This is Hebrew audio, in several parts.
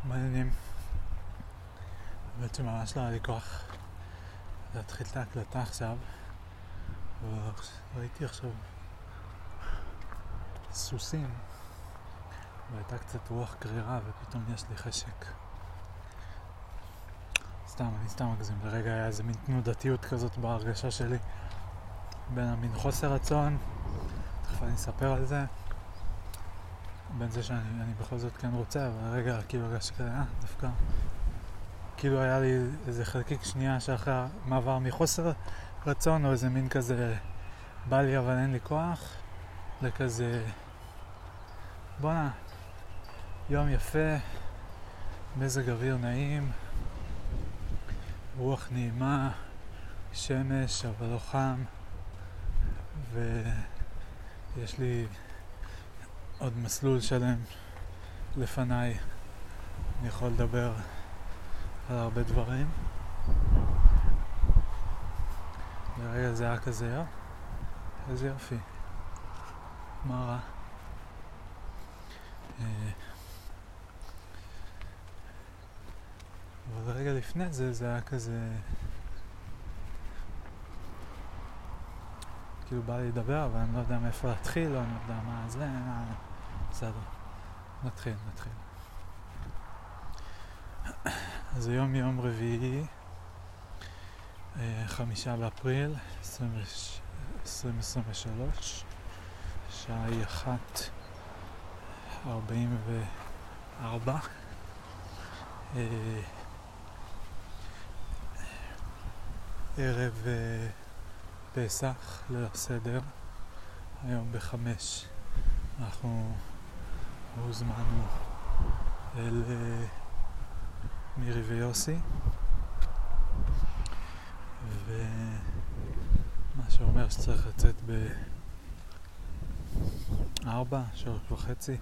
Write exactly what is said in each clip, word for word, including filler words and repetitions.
מעניינים. בעצם ממש לא היה לי כוח להתחיל את ההקלטה עכשיו, וראיתי עכשיו סוסים והייתה קצת רוח קרירה ופתאום יש לי חשק. סתם, אני סתם מגזים. לרגע היה איזה מין תנודתיות כזאת בהרגשה שלי בין המין חוסר רצון, תכף אני אספר על זה, בין זה שאני אני בכל זאת כן רוצה, אבל רגע כאילו הרגשתי כזה, אה, דווקא כאילו היה לי איזה חלקיק שנייה שאחרי מעבר מחוסר רצון או איזה מין כזה בא לי אבל אין לי כוח לכזה בונה, יום יפה, מזג אוויר נעים, רוח נעימה, שמש אבל לא חם, ויש לי עוד מסלול שלם לפניי, אני יכול לדבר על הרבה דברים. לרגע זה היה כזה, יו, איזה יופי, מה רע? אבל רגע לפני זה, זה היה כזה כאילו בא לי לדבר, אבל אני לא יודע מאיפה להתחיל, או אני לא יודע מה זה, בסדר, נתחיל, נתחיל. אז היום יום רביעי, חמישה באפריל עשרים עשרים ושלוש, שעה היא אחת ארבעים וארבע. ערב פסח לסדר, היום בחמש אנחנו הוזמנו אל מירי ויוסי, ומה שאומר שצריך לצאת בארבע, שלוש וחצי.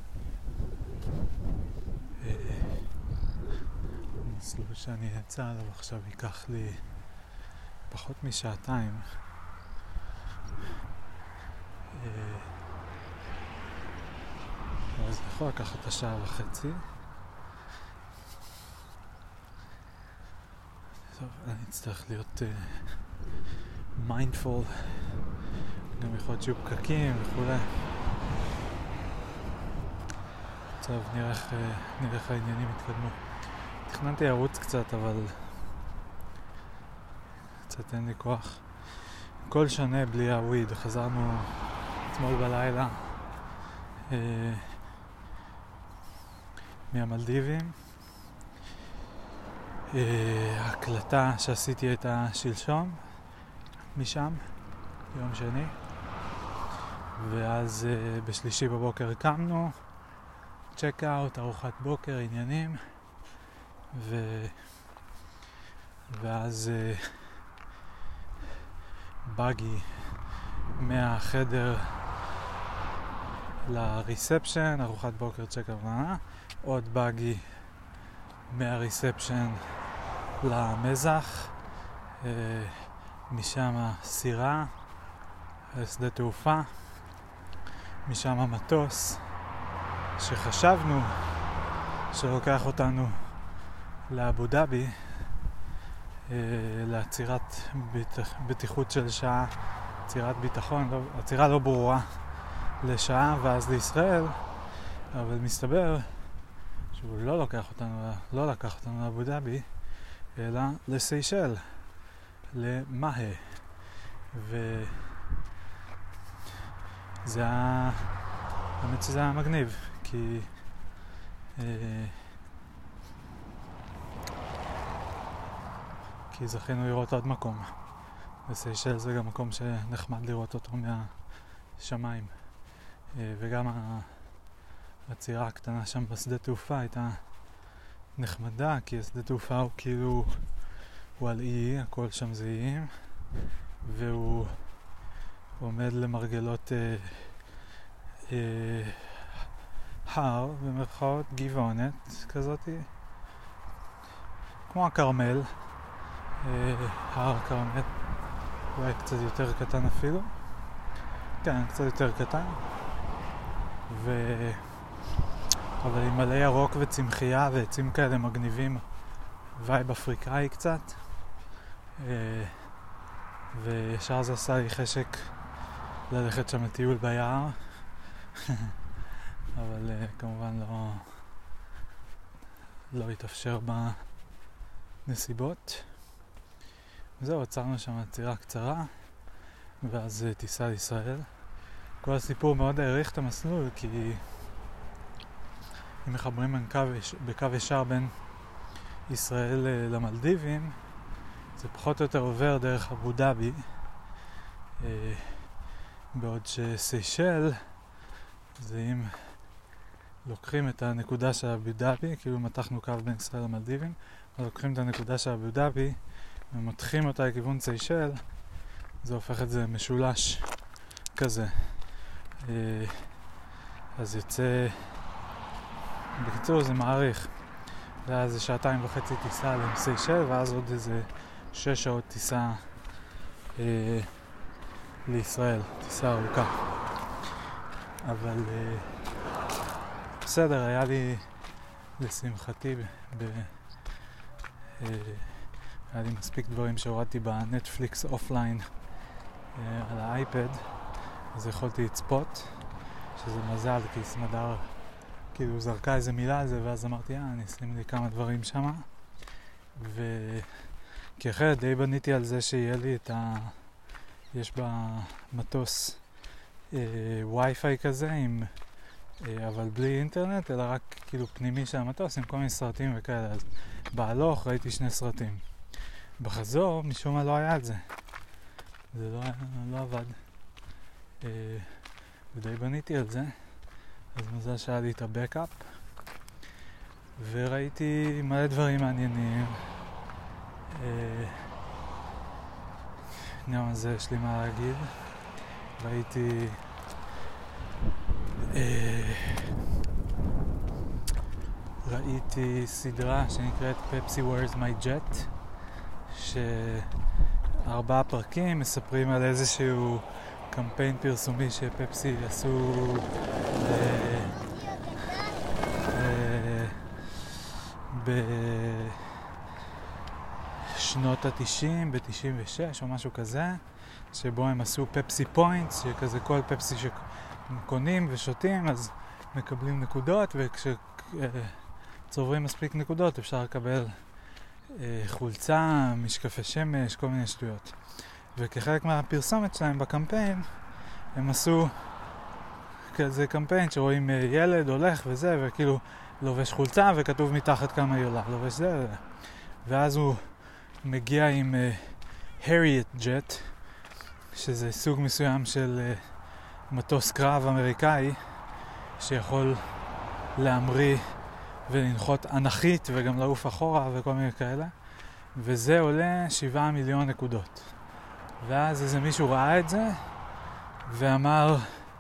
מסלול שאני אצא עליו עכשיו ייקח לי פחות משעתיים. אז יכול לקחת את השעה וחצי. טוב, אני אצטרך להיות מיינדפול, גם יכול להיות שיהיו פקקים וכולי. טוב, נראה איך העניינים יתקדמו. תכננתי ערוץ קצת, אבל קצת אין לי כוח. כל שנה בלי הוויד, חזרנו אתמול בלילה אה, מהמלדיבים. אה, ההקלטה שעשיתי הייתה שלשום משם, יום שני, ואז אה, בשלישי בבוקר הקמנו, צ'ק אאוט, ארוחת בוקר, עניינים, ו... ואז אה, בגי מהחדר לריספשן, ארוחת בוקר, צ'ק אאוט, עוד בגי מהריספשן למזח, אה, משם סירה, שדה תעופה, משם המטוס שחשבנו שלוקח אותנו לאבו דאבי, אה, לעצירת בטיח, בטיחות של שעה, עצירת ביטחון, לא, עצירה לא ברורה לשעה ואז לישראל, אבל מסתבר שהוא לא לוקח אותנו, לא לקח אותנו לאבו דאבי, אלא לסיישל, למאה. וזה היה, באמת שזה היה מגניב, כי אה, כי זכינו לראות עוד מקום. וסיישל זה גם מקום שנחמד לראות אותו מהשמיים. אה, וגם העצירה הקטנה שם בשדה תעופה הייתה נחמדה, כי השדה תעופה הוא כאילו, הוא על אי, הכל שם זה איים, והוא עומד למרגלות אה, אה, הר, במרכאות, גבעונת כזאת, כמו הכרמל, אה, הר הכרמל, אולי קצת יותר קטן אפילו, כן, קצת יותר קטן, אבל עם מלא ירוק וצמחייה ועצים כאלה מגניבים, וייב אפריקאי קצת. וישר זה עשה לי חשק ללכת שם לטיול ביער. אבל כמובן לא לא התאפשר בנסיבות. זהו, עצרנו שם צירה קצרה ואז טיסה לישראל. כל הסיפור מאוד העריך את המסלול, כי אם מחברים בקו ישר בין ישראל למלדיבים, זה פחות או יותר עובר דרך אבו דאבי, בעוד שסיישל זה אם לוקחים את הנקודה של אבו דאבי, כאילו מתחנו קו בין ישראל למלדיבים, אז לוקחים את הנקודה של אבו דאבי ומותחים אותה לכיוון סיישל, זה הופך את זה משולש כזה. אז יוצא, בקיצור זה מעריך, ואז זה שעתיים וחצי טיסה לסיישל, ואז עוד איזה שש שעות טיסה אה, לישראל, טיסה ארוכה. אבל אה, בסדר, היה לי לשמחתי ב, ב, אה, היה לי מספיק דברים שהורדתי בנטפליקס אופליין אה, על האייפד, אז יכולתי לצפות, שזה מזל, כי סמדר כאילו זרקה איזה מילה על זה, ואז אמרתי, אה, אני אשים לי כמה דברים שמה. ו... כי אחרת די בניתי על זה שיהיה לי את ה... יש במטוס אה, וי-פיי כזה, עם... אה, אבל בלי אינטרנט, אלא רק כאילו פנימי של המטוס, עם כל מיני סרטים וכאלה. אז בהלוך ראיתי שני סרטים. בחזור, משום מה לא היה את זה. זה לא, לא עבד. אה, ודי בניתי על זה. אז מזל שהיה לי את הבקאפ, וראיתי מלא דברים מעניינים. גם על זה יש לי מה להגיד. ראיתי ראיתי סדרה שנקראת Pepsi Where's My Jet, שארבעה פרקים מספרים על איזשהו קמפיין פרסומי שפפסי עשו בשנות ה-תשעים, ב-תשעים ושש או משהו כזה, שבו הם עשו פפסי פוינטס, שכזה כל פפסי שקונים ושותים אז מקבלים נקודות, וכשצוברים מספיק נקודות אפשר לקבל חולצה, משקפי שמש, כל מיני שטויות. וכחלק מהפרסומת שלהם בקמפיין הם עשו כזה קמפיין שרואים ילד הולך וזה, וכאילו לובש חולצה וכתוב מתחת כמה היא עולה, לובש זה, ואז הוא מגיע עם הריאט uh, ג'ט, שזה סוג מסוים של uh, מטוס קרב אמריקאי שיכול להמריא ולנחות אנכית וגם לעוף אחורה וכל מיני כאלה, וזה עולה שבעה מיליון נקודות. ואז איזה מישהו ראה את זה ואמר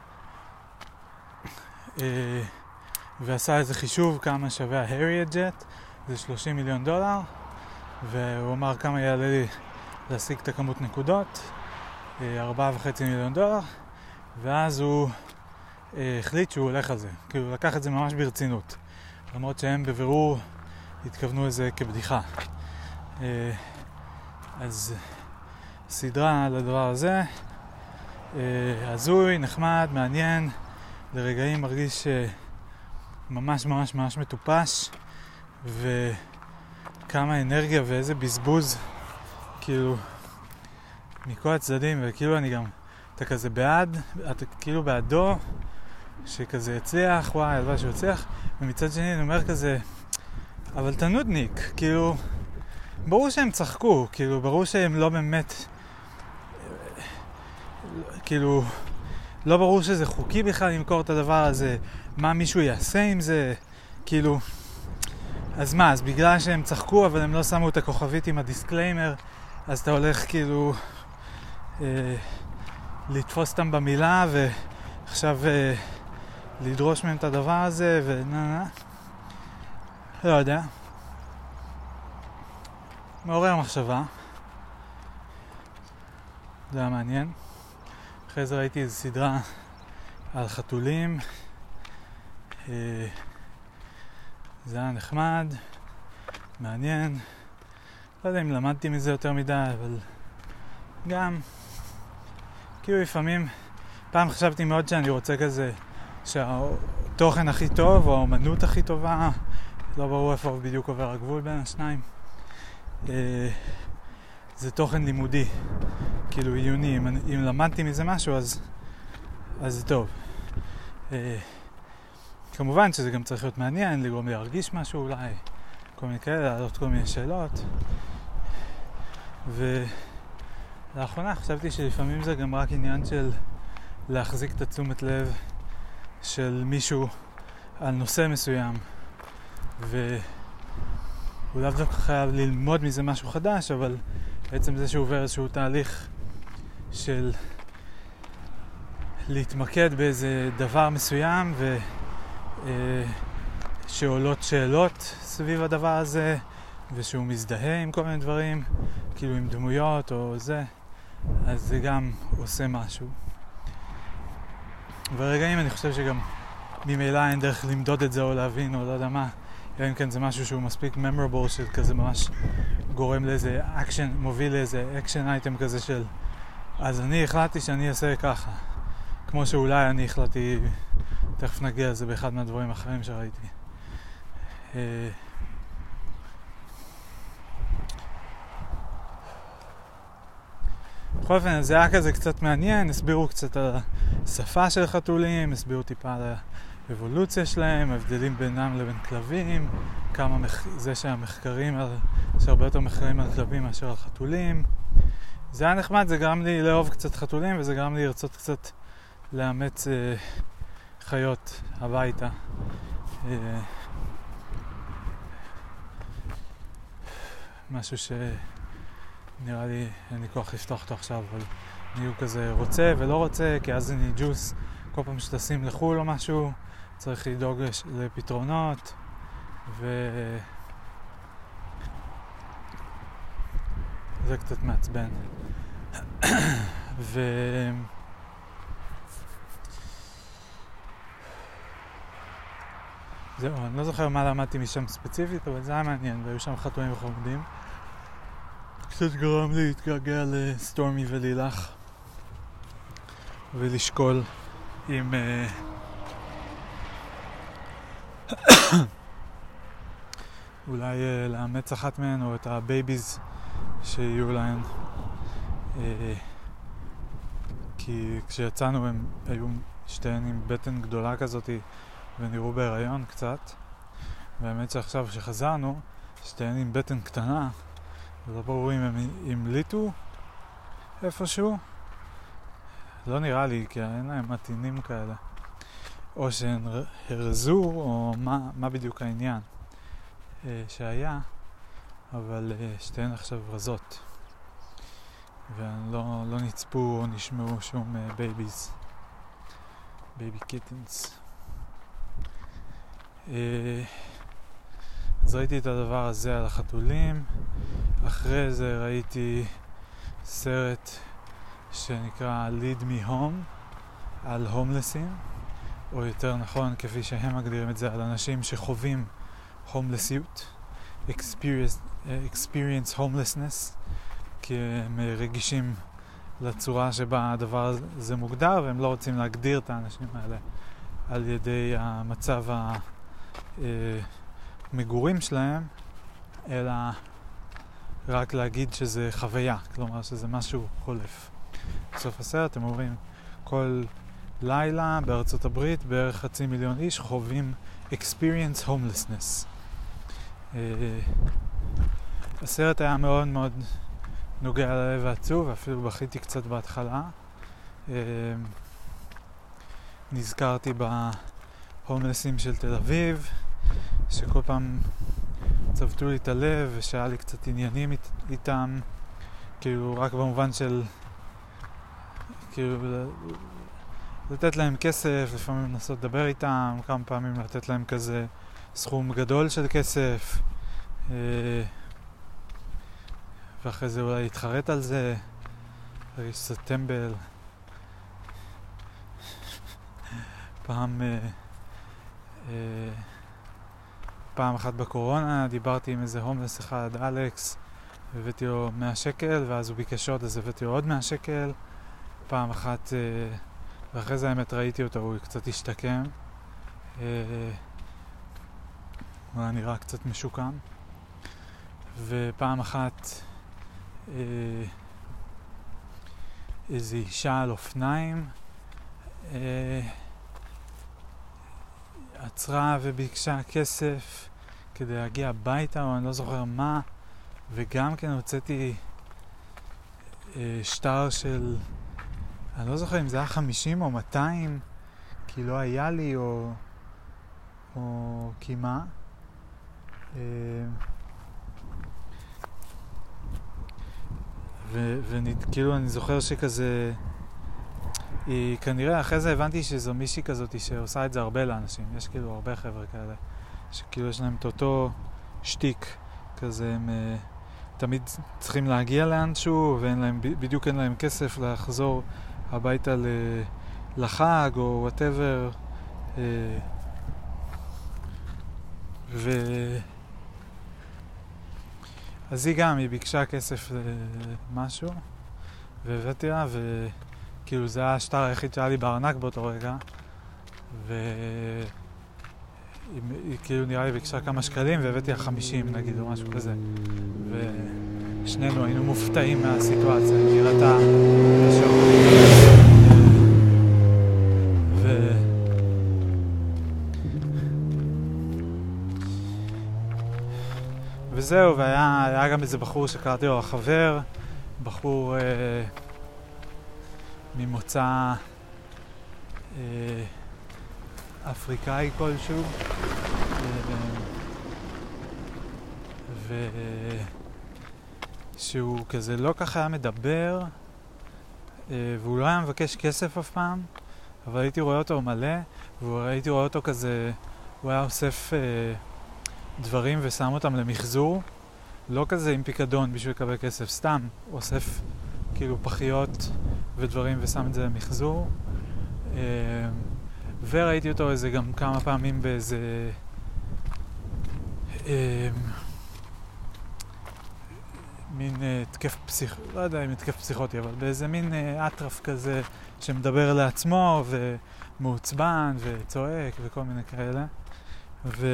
אה, ועשה איזה חישוב כמה שווה ההריאט ג'ט, זה שלושים מיליון דולר, והוא אמר כמה יעלה לי להשיג את הכמות נקודות, אה, ארבעה וחצי מיליון דולר, ואז הוא אה, החליט שהוא הולך על זה, כאילו לקח את זה ממש ברצינות, למרות שהם בבירור התכוונו לזה כבדיחה. אה, אז סדרה על הדבר הזה, הזוי, נחמד, מעניין, לרגעים מרגיש ממש ממש ממש מטופש, וכמה אנרגיה ואיזה בזבוז כאילו מכל הצדדים, וכאילו אני גם, אתה כזה בעד, אתה כאילו בעדו שכזה יצליח, וואי, הלוואי שהוא יצליח, ומצד שני אני אומר כזה, אבל תנודניק, כאילו ברור שהם צחקו, כאילו ברור שהם לא באמת, כאילו לא ברור שזה חוקי בכלל למכור את הדבר הזה, מה מישהו יעשה עם זה, כאילו, אז מה, אז בגלל שהם צחקו אבל הם לא שמו את הכוכבית עם הדיסקליימר, אז אתה הולך כאילו אה, לתפוס אותם במילה ועכשיו אה, לדרוש מהם את הדבר הזה ונה נה, לא יודע, מעורר מחשבה, זה היה מעניין. אחרי זה ראיתי איזו סדרה על חתולים, אה, זה היה נחמד, מעניין. לא יודע אם למדתי מזה יותר מדי, אבל גם כאילו לפעמים, פעם חשבתי מאוד שאני רוצה כזה שהתוכן הכי טוב או האמנות הכי טובה, לא ברור איפה בדיוק עובר הגבול בין השניים, זה תוכן לימודי, כאילו עיוני. אם, אם למדתי מזה משהו אז, אז זה טוב. כמובן שזה גם צריך להיות מעניין, לגרום לי להרגיש משהו אולי, כל מיני כאלה, לעלות כל מיני שאלות. ולאחרונה חשבתי שלפעמים זה גם רק עניין של להחזיק את התשומת לב של מישהו על נושא מסוים, והוא לאו דווקא חייב ללמוד מזה משהו חדש, אבל בעצם זה שהוא עובר איזשהו תהליך של להתמקד באיזה דבר מסוים ו... שעולות שאלות סביב הדבר הזה, ושהוא מזדהה עם כל מיני דברים, כאילו עם דמויות או זה, אז זה גם עושה משהו. ורגעים אני חושב שגם ממילא אין דרך למדוד את זה או להבין או לא יודע מה, אלא אם כן זה משהו שהוא מספיק memorable, שכזה ממש גורם לאיזה אקשן, מוביל לאיזה אקשן אייטם כזה של אז אני החלטתי שאני אעשה ככה, כמו שאולי אני החלטתי, תכף נגיע לזה באחד מהדברים האחרים שראיתי. בכל אופן, זה היה כזה קצת מעניין, הסבירו קצת על השפה של חתולים, הסבירו טיפה על האבולוציה שלהם, ההבדלים בינם לבין כלבים, כמה מח... זה שהמחקרים, שהרבה יותר מחקרים על כלבים מאשר על חתולים. זה היה נחמד, זה גרם לי לאהוב קצת חתולים, וזה גרם לי לרצות קצת לאמץ אה, חיות הביתה. אה, משהו שנראה לי אין לי כוח לפתוח אותו עכשיו, אבל אני הוא כזה רוצה ולא רוצה, כי אז אני ג'וס, כל פעם שטסים לחול או משהו צריך לדאוג לפתרונות, וזה קצת מעצבן. ו... זהו, אני לא זוכר מה למדתי משם ספציפית, אבל זה היה מעניין, והיו שם חתולים וחמודים. קצת גרם לי להתגעגע לסטורמי ולילך, ולשקול עם אולי לאמץ אחת מהן, או את הבייביז שיהיו להן. כי כשיצאנו הם היו שתיהן עם בטן גדולה כזאת, ונראו בהיריון קצת, והאמת שעכשיו שחזרנו שתיהן עם בטן קטנה, ולא ברור אם הם המליטו איפשהו, לא נראה לי, כי אין להם מתינים כאלה, או שהן הרזו, או מה, מה בדיוק העניין אה, שהיה, אבל אה, שתיהן עכשיו רזות, ולא לא נצפו או נשמעו שום אה, בייביז, בייבי קיטנס. אז ראיתי את הדבר הזה על החתולים. אחרי זה ראיתי סרט שנקרא Lead Me Home על הומלסים, או יותר נכון כפי שהם מגדירים את זה, על אנשים שחווים הומלסיות, experience, experience homelessness, כי הם רגישים לצורה שבה הדבר הזה מוגדר, והם לא רוצים להגדיר את האנשים האלה על ידי המצב המגורים שלהם, אלא רק להגיד שזה חוויה, כלומר שזה משהו חולף. בסוף הסרט הם אומרים, כל לילה בארצות הברית בערך חצי מיליון איש חווים experience homelessness. הסרט היה מאוד מאוד נוגע ללב ועצוב, ואפילו בכיתי קצת בהתחלה. נזכרתי בהומלסים של תל אביב, שכל פעם צבטו לי את הלב ושהיה לי קצת עניינים אית, איתם, כאילו רק במובן של כאילו לתת להם כסף, לפעמים לנסות לדבר איתם, כמה פעמים לתת להם כזה סכום גדול של כסף, ואחרי זה אולי להתחרט על זה, להרגיש קצת טמבל. פעם אה, אה, פעם אחת בקורונה דיברתי עם איזה הומלס אחד, אלכס, הבאתי לו מאה שקל, ואז הוא ביקש עוד, אז הבאתי לו עוד מאה שקל. פעם אחת, אה, ואחרי זה האמת ראיתי אותו, הוא קצת השתקם. אה, הוא היה נראה קצת משוקם. ופעם אחת אה, איזו אישה על אופניים אה, עצרה וביקשה כסף כדי להגיע הביתה, או אני לא זוכר מה, וגם כן הוצאתי אה, שטר של, אני לא זוכר אם זה היה חמישים או מאתיים, כי לא היה לי, או, או כמה. אה, וכאילו אני זוכר שכזה, היא כנראה אחרי זה הבנתי שזו מישהי כזאת שעושה את זה הרבה לאנשים. יש כאילו הרבה חבר'ה כאלה שכאילו יש להם את אותו שטיק כזה, הם uh, תמיד צריכים להגיע לאנשהו ואין להם, בדיוק אין להם כסף לחזור הביתה ל, לחג או whatever. uh, ו... אז היא גם, היא ביקשה כסף למשהו והבאתי לה, וכאילו זה היה השטר היחיד שהיה לי בארנק באותו רגע, והיא כאילו נראה לי ביקשה כמה שקלים והבאתי לה חמישים נגיד או משהו כזה, ושנינו היינו מופתעים מהסיטואציה, היא נראתה בשוק. ו... וזהו, והיה היה גם איזה בחור שקראתי לו החבר, בחור אה, ממוצא אה, אפריקאי כלשהו, אה, ושהוא כזה לא ככה היה מדבר, אה, והוא לא היה מבקש כסף אף פעם, אבל הייתי רואה אותו מלא, והייתי רואה אותו כזה, הוא היה אוסף אה, דברים ושם אותם למחזור, לא כזה עם פיקדון בשביל לקבל כסף, סתם אוסף כאילו פחיות ודברים ושם את זה למחזור. וראיתי אותו איזה גם כמה פעמים באיזה מין התקף פסיכ... לא יודע אם התקף פסיכוטי, אבל באיזה מין אטרף כזה שמדבר לעצמו ומעוצבן וצועק וכל מיני כאלה. ו...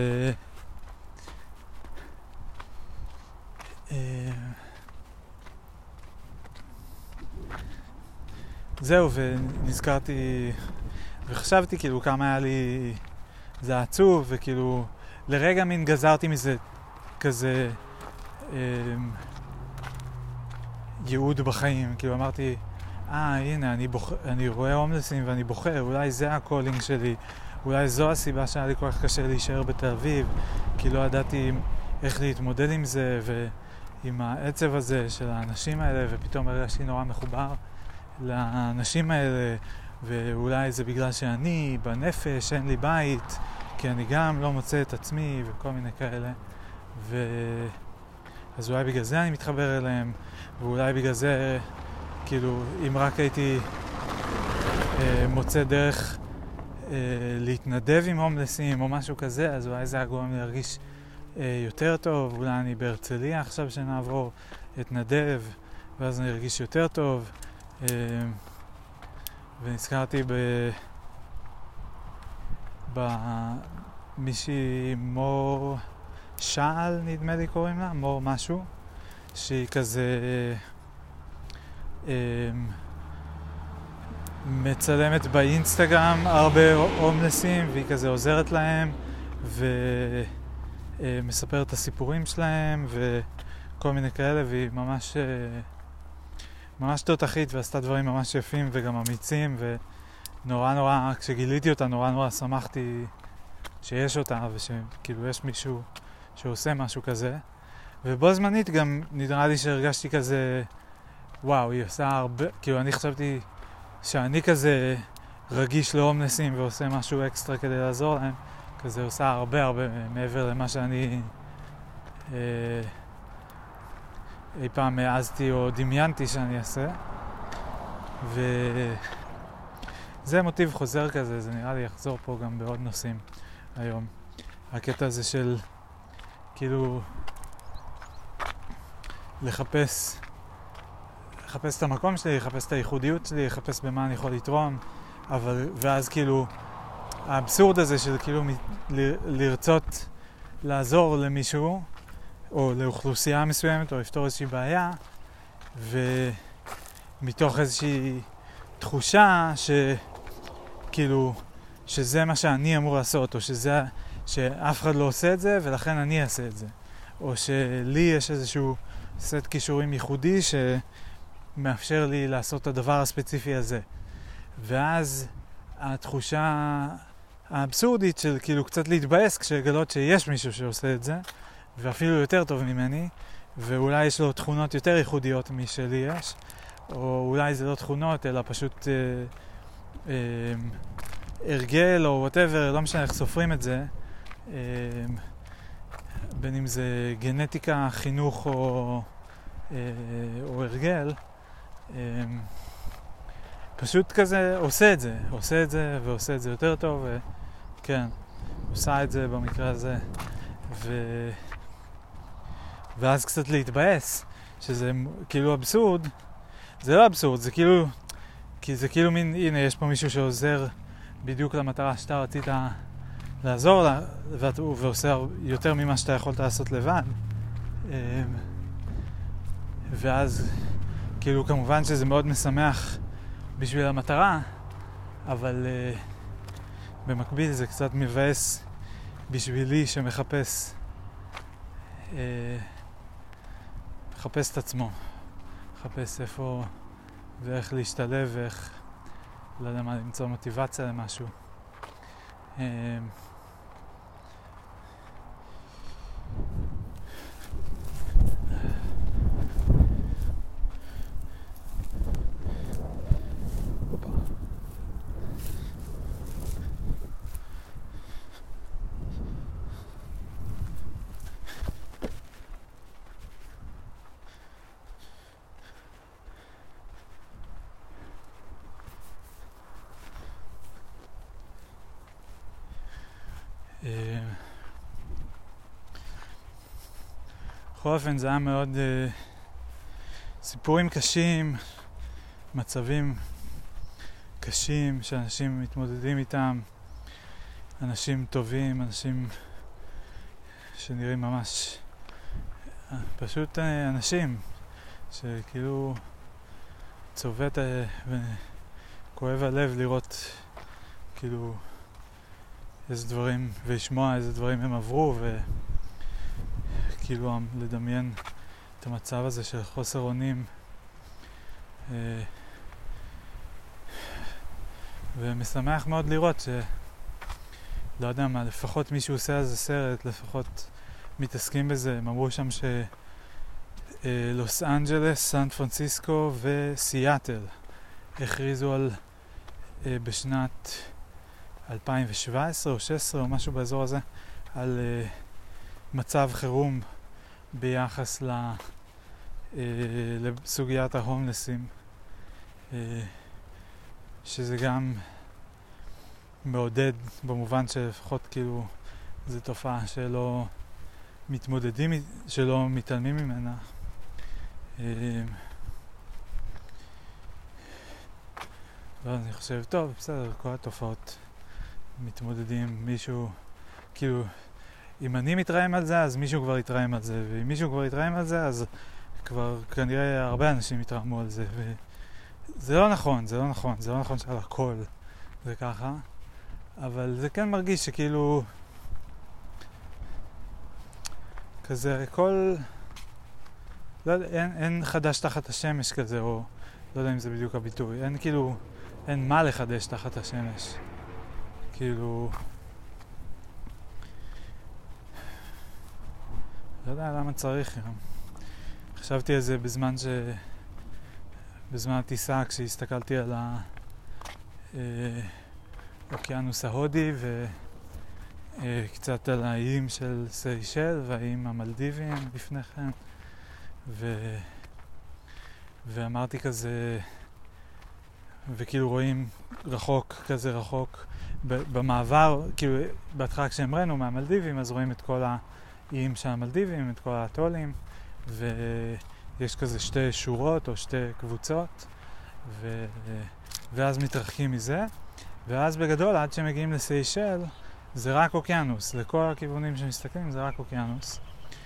זהו, ונזכרתי וחשבתי כאילו כמה היה לי זה עצוב, וכאילו לרגע מין גזרתי מזה כזה אה, ייעוד בחיים, כאילו אמרתי אה הנה אני, בוח... אני רואה הומלסים ואני בוחר, אולי זה הקולינג שלי, אולי זו הסיבה שהיה לי כל כך קשה להישאר בתל אביב, כי לא ידעתי איך להתמודד עם זה ועם העצב הזה של האנשים האלה, ופתאום הרגשתי נורא מחובר לאנשים האלה, ואולי זה בגלל שאני בנפש אין לי בית, כי אני גם לא מוצא את עצמי וכל מיני כאלה, ו... אז אולי בגלל זה אני מתחבר אליהם, ואולי בגלל זה כאילו אם רק הייתי אה, מוצא דרך אה, להתנדב עם הומלסים או משהו כזה, אז אולי זה היה גורם לי להרגיש אה, יותר טוב, אולי אני בהרצליה עכשיו שנעבור אתנדב ואז אני ארגיש יותר טוב. אה, ונזכרתי ב... במישהי מור שעל, נדמה לי קוראים לה, מור משהו, שהיא כזה אה, מצלמת באינסטגרם הרבה הומלסים, והיא כזה עוזרת להם ומספרת את הסיפורים שלהם וכל מיני כאלה, והיא ממש ממש תותחית ועשתה דברים ממש יפים וגם אמיצים, ונורא נורא, כשגיליתי אותה נורא נורא שמחתי שיש אותה ושכאילו יש מישהו שעושה משהו כזה, ובו זמנית גם נראה לי שהרגשתי כזה וואו, היא עושה הרבה, כאילו אני חשבתי שאני כזה רגיש להומלסים ועושה משהו אקסטרה כדי לעזור להם, כזה עושה הרבה הרבה מעבר למה שאני אה, אי פעם העזתי או דמיינתי שאני אעשה. וזה מוטיב חוזר כזה, זה נראה לי יחזור פה גם בעוד נושאים היום. הקטע הזה של כאילו לחפש לחפש את המקום שלי, לחפש את הייחודיות שלי, לחפש במה אני יכול לתרום, אבל ואז כאילו האבסורד הזה של כאילו מ- ל- לרצות לעזור למישהו או לאוכלוסייה מסוימת או לפתור איזושהי בעיה, ומתוך איזושהי תחושה שכאילו שזה מה שאני אמור לעשות, או שזה, שאף אחד לא עושה את זה ולכן אני אעשה את זה, או שלי יש איזשהו סט קישורים ייחודי שמאפשר לי לעשות את הדבר הספציפי הזה. ואז התחושה האבסורדית של כאילו קצת להתבאס כשגלות שיש מישהו שעושה את זה, ואפילו יותר טוב ממני, ואולי יש לו תכונות יותר ייחודיות משלי יש, או אולי זה לא תכונות אלא פשוט אה, אה, הרגל או whatever, לא משנה איך סופרים את זה, אה, בין אם זה גנטיקה, חינוך או, אה, או הרגל, אה, פשוט כזה עושה את זה, עושה את זה ועושה את זה יותר טוב, וכן, עושה את זה במקרה הזה, ו... ואז קצת להתבאס, שזה כאילו אבסורד, זה לא אבסורד, זה כאילו, כי זה כאילו מין, הנה יש פה מישהו שעוזר בדיוק למטרה שאתה רצית לעזור לה, ועושה יותר ממה שאתה יכולת לעשות לבד, ואז כאילו כמובן שזה מאוד משמח בשביל המטרה, אבל uh, במקביל זה קצת מבאס בשבילי שמחפש uh, מחפש את עצמו, מחפש איפה ואיך להשתלב ואיך, לא יודע מה, למצוא מוטיבציה למשהו. Uh, בכל אופן זה היה מאוד uh, סיפורים קשים, מצבים קשים שאנשים מתמודדים איתם, אנשים טובים, אנשים שנראים ממש uh, פשוט uh, אנשים שכאילו צובט uh, וכואב הלב לראות כאילו איזה דברים ולשמוע איזה דברים הם עברו, ו כאילו לדמיין את המצב הזה של חוסר אונים, אה, ומשמח מאוד לראות ש לא יודע מה, לפחות מישהו עושה על זה סרט, לפחות מתעסקים בזה. הם אמרו שם שלוס אנג'לס, סן פרנסיסקו וסיאטל הכריזו על אה, בשנת אלפיים שבע עשרה או שש עשרה או משהו באזור הזה על אה, מצב חירום ביחס ל, אה, לסוגיית ההומלסים, אה, שזה גם מעודד במובן שלפחות כאילו זו תופעה שלא מתמודדים, שלא מתעלמים ממנה. אה, ואני חושב, טוב, בסדר, כל התופעות מתמודדים, מישהו, כאילו, אם אני מתראים על זה, אז מישהו כבר יתראים על זה, ואם מישהו כבר יתראים על זה, אז כבר כנראה הרבה אנשים יתרמו על זה, וזה לא נכון, זה לא נכון, זה לא נכון שעל הכל זה ככה, אבל זה כן מרגיש שכאילו, כזה, כל, לא יודע, אין, אין חדש תחת השמש כזה, או לא יודע אם זה בדיוק הביטוי, אין כאילו, אין מה לחדש תחת השמש, כאילו, לא יודע למה צריך. חשבתי על זה בזמן ש... בזמן הטיסה, כשהסתכלתי על האוקיינוס ההודי וקצת על האיים של סיישל והאיים המלדיביים לפני כן, ו... ואמרתי כזה, וכאילו רואים רחוק, כזה רחוק במעבר, כאילו בהתחלה כשהם ראינו מהמלדיבים, אז רואים את כל האיים של המלדיבים, את כל האטולים, ויש כזה שתי שורות או שתי קבוצות, ו... ואז מתרחקים מזה, ואז בגדול עד שמגיעים לסיישל זה רק אוקיינוס, לכל הכיוונים שמסתכלים זה רק אוקיינוס.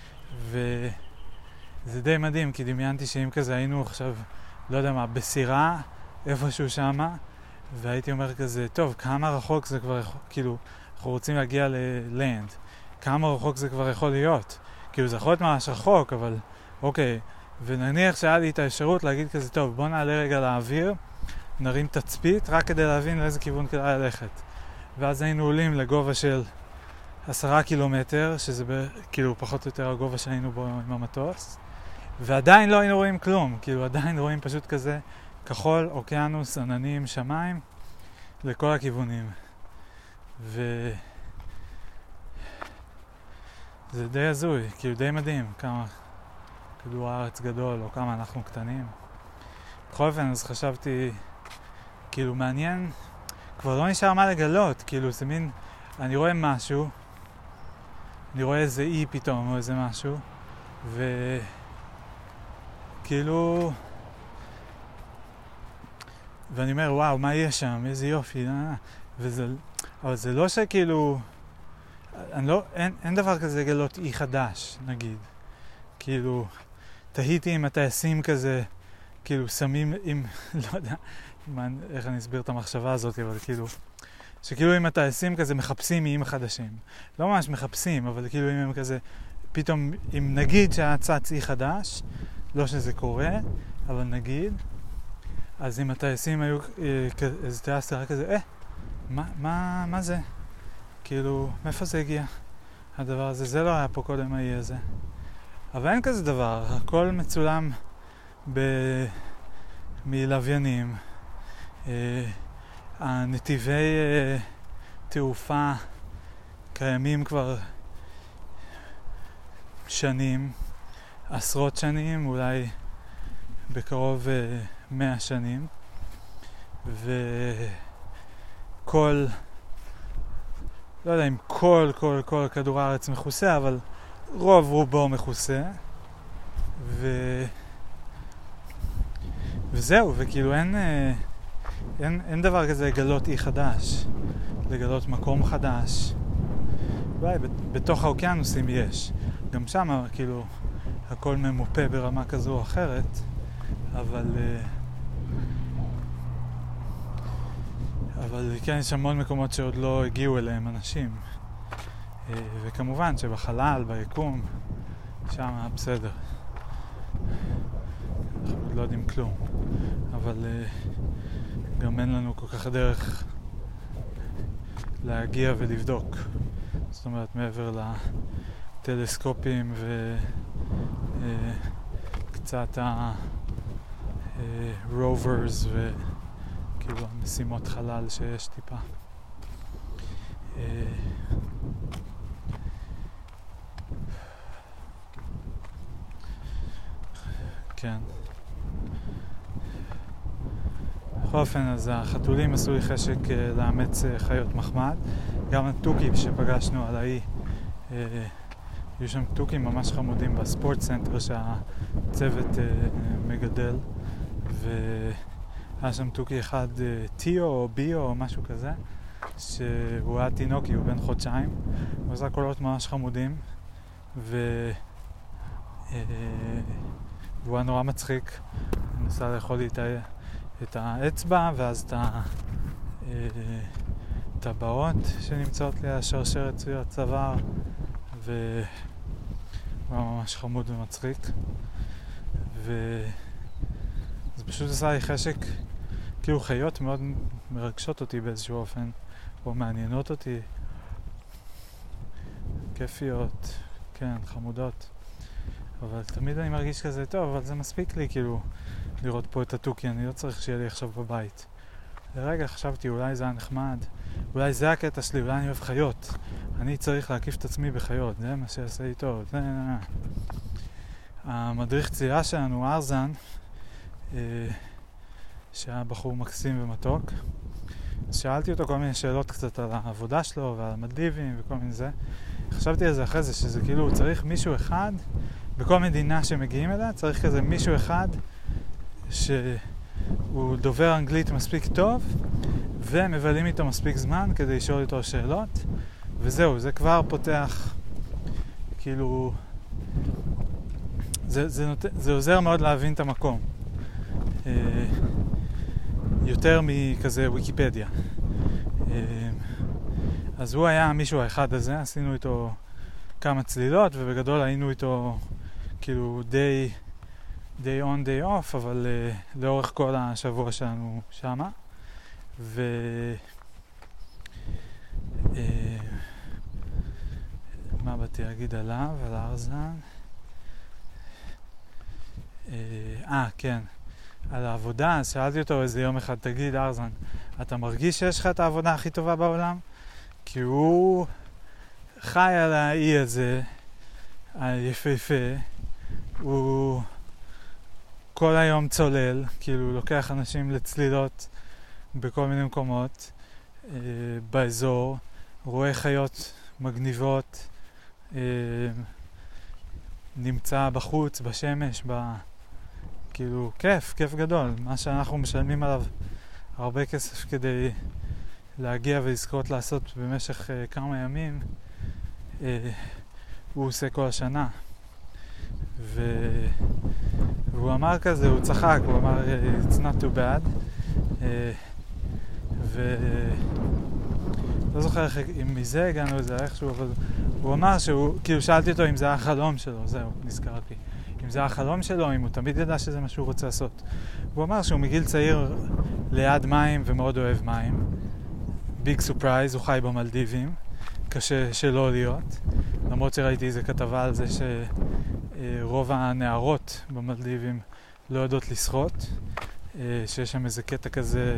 וזה די מדהים, כי דמיינתי שאם כזה היינו עכשיו, לא יודע מה, בסירה איפשהו שמה, והייתי אומר כזה, טוב, כמה רחוק זה כבר, כאילו, אנחנו רוצים להגיע ללנד, כמה רחוק זה כבר יכול להיות? כאילו זה יכול להיות ממש רחוק, אבל אוקיי, ונניח שהיה לי את האפשרות להגיד כזה, טוב, בוא נעלה רגע לאוויר, נרים תצפית, רק כדי להבין לאיזה כיוון כדאי ללכת. ואז היינו עולים לגובה של עשרה קילומטר, שזה ב, כאילו פחות או יותר הגובה שהיינו בו עם המטוס, ועדיין לא היינו רואים כלום, כאילו עדיין רואים פשוט כזה כחול, אוקיינוס, עננים, שמיים, לכל הכיוונים. ו... זה די הזוי, כאילו די מדהים כמה כדור הארץ גדול או כמה אנחנו קטנים. בכל אופן, אז חשבתי, כאילו מעניין, כבר לא נשאר מה לגלות, כאילו זה מין, אני רואה משהו, אני רואה איזה אי פתאום או איזה משהו, וכאילו, ואני אומר, וואו, מה יש שם? איזה יופי, אה? וזה, אבל זה לא שכאילו, אני לא, אין, אין דבר כזה לגלות אי חדש, נגיד. כאילו, תהיתי אם הטייסים כזה, כאילו, שמים עם, לא יודע, איך אני אסביר את המחשבה הזאת, אבל כאילו, שכאילו אם הטייסים כזה מחפשים איים חדשים. לא ממש מחפשים, אבל כאילו אם הם כזה, פתאום, אם נגיד שהצץ אי חדש, לא שזה קורה, אבל נגיד, אז אם הטייסים היו, איזה טייס תראה כזה, אה, מה, מה, מה זה? כאילו, מאיפה זה הגיע? הדבר הזה, זה לא היה פה קודם האי הזה. אבל אין כזה דבר, הכל מצולם ב... מלוויינים. אה, הנתיבי אה, תעופה קיימים כבר שנים, עשרות שנים, אולי בקרוב אה, מאה שנים. וכל... לא יודע אם כל, כל, כל כדור הארץ מכוסה, אבל רוב רובו מכוסה. ו... וזהו, וכאילו אין, אין, אין דבר כזה לגלות אי חדש, לגלות מקום חדש. אולי בתוך האוקיינוסים יש. גם שם כאילו הכל ממופה ברמה כזו או אחרת, אבל... אבל כן, יש המון מקומות שעוד לא הגיעו אליהם אנשים. וכמובן שבחלל, ביקום, שם בסדר. אנחנו עוד לא יודעים כלום. אבל גם אין לנו כל כך דרך להגיע ולבדוק. זאת אומרת, מעבר לטלסקופים וקצת ה-rovers ו... כאילו המשימות חלל שיש טיפה. כן. בכל אופן, אז החתולים עשו לי חשק לאמץ חיות מחמד. גם הטוקים שפגשנו על האי, היו שם טוקים ממש חמודים בספורט סנטר שהצוות מגדל, ו... היה שם טוקי אחד, טיו או ביו או משהו כזה, שהוא היה תינוקי, הוא בן חודשיים. הוא עשה קולות ממש חמודים, ו... והוא היה נורא מצחיק. הוא נסע לאכול לי את האצבע, ואז את הטבעות שנמצאות לי, השרשרת סביב הצוואר, והוא היה ממש חמוד ומצחיק. ו... זה פשוט עשה לי חשק, כאילו חיות מאוד מרגשות אותי באיזשהו אופן, או מעניינות אותי, כיפיות, כן, חמודות. אבל תמיד אני מרגיש כזה טוב, אבל זה מספיק לי כאילו לראות פה את הטוקי, אני לא צריך שיהיה לי עכשיו בבית. לרגע חשבתי, אולי זה היה נחמד, אולי זה הקטע שלי, אולי אני אוהב חיות. אני צריך להקיף את עצמי בחיות, זה מה שיעשה לי טוב. זה... המדריך צלילה שלנו, ארזן, שהיה בחור מקסים ומתוק. אז שאלתי אותו כל מיני שאלות קצת על העבודה שלו ועל המלדיבים וכל מיני זה. חשבתי על זה אחרי זה, שזה כאילו צריך מישהו אחד, בכל מדינה שמגיעים אליה, צריך כזה מישהו אחד שהוא דובר אנגלית מספיק טוב, ומבלים איתו מספיק זמן כדי לשאול איתו שאלות, וזהו, זה כבר פותח, כאילו, זה, זה, נות... זה עוזר מאוד להבין את המקום. אה, יותר מכזה ויקיפדיה. אה, אז הוא היה מישהו האחד הזה, עשינו איתו כמה צלילות, ובגדול היינו איתו כאילו די, די on, די off, אבל uh, לאורך כל השבוע שלנו שמה. ו... Uh, מה באתי להגיד עליו, על ארזן? אה, uh, כן. על העבודה, אז שאלתי אותו איזה יום אחד, תגיד ארזן, אתה מרגיש שיש לך את העבודה הכי טובה בעולם? כי הוא חי על האי הזה, היפהפה, הוא כל היום צולל, כאילו לוקח אנשים לצלילות בכל מיני מקומות אה, באזור, רואה חיות מגניבות, אה, נמצא בחוץ, בשמש, ב... כאילו כיף, כיף גדול, מה שאנחנו משלמים עליו הרבה כסף כדי להגיע ולזכות לעשות במשך uh, כמה ימים, uh, הוא עושה כל השנה. ו... והוא אמר כזה, הוא צחק, הוא אמר it's not too bad. Uh, ו... לא זוכר איך, אם מזה הגענו לזה איכשהו, אבל הוא אמר שהוא, כאילו שאלתי אותו אם זה היה החלום שלו, זהו, נזכרתי. אם זה היה החלום שלו, אם הוא תמיד ידע שזה מה שהוא רוצה לעשות. הוא אמר שהוא מגיל צעיר ליד מים ומאוד אוהב מים. ביג סופרייז, הוא חי במלדיבים, קשה שלא להיות. למרות שראיתי איזו כתבה על זה שרוב הנערות במלדיבים לא יודעות לשחות, שיש שם איזה קטע כזה,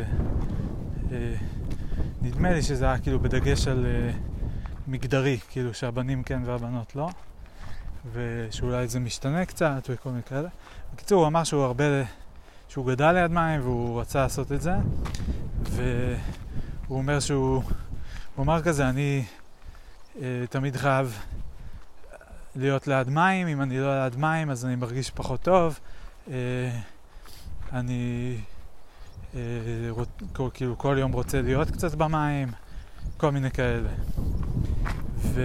נדמה לי שזה היה כאילו בדגש על מגדרי, כאילו שהבנים כן והבנות לא. ושאולי זה משתנה קצת וכל מיני כאלה. בקיצור, הוא אמר שהוא הרבה, שהוא גדל ליד מים והוא רצה לעשות את זה, והוא אומר שהוא, הוא אמר כזה, אני אה, תמיד חייב להיות ליד מים, אם אני לא ליד מים אז אני מרגיש פחות טוב, אה, אני אה, רוצ, כל, כאילו כל יום רוצה להיות קצת במים, כל מיני כאלה. ו...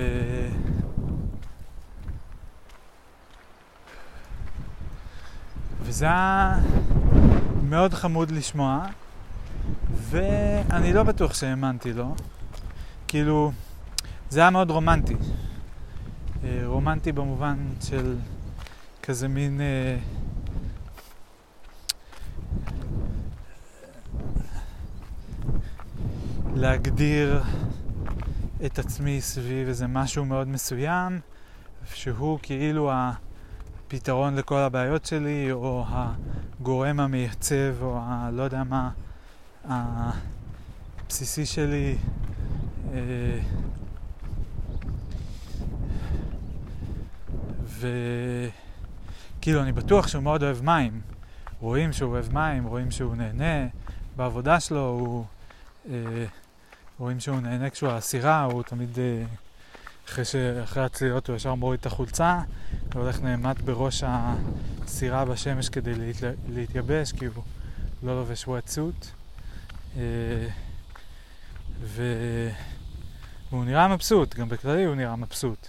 וזה היה מאוד חמוד לשמוע, ואני לא בטוח שהאמנתי לו. כאילו, זה היה מאוד רומנטי. רומנטי במובן של כזה מין... להגדיר את עצמי סביב איזה משהו מאוד מסוים, שהוא כאילו ה... פתרון לכל הבעיות שלי, או הגורם המייצב, או ה... לא יודע מה, הבסיסי שלי. וכאילו אני בטוח שהוא מאוד אוהב מים. רואים שהוא אוהב מים, רואים שהוא נהנה בעבודה שלו, הוא... רואים שהוא נהנה כשהוא הסירה, הוא תמיד... אחרי, ש... אחרי הצלילות הוא ישר מוריד את החולצה והולך נעמד בראש הסירה בשמש כדי להת... להתייבש, כי הוא לא לובש wetsuit. ו... והוא נראה מבסוט, גם בכללי הוא נראה מבסוט.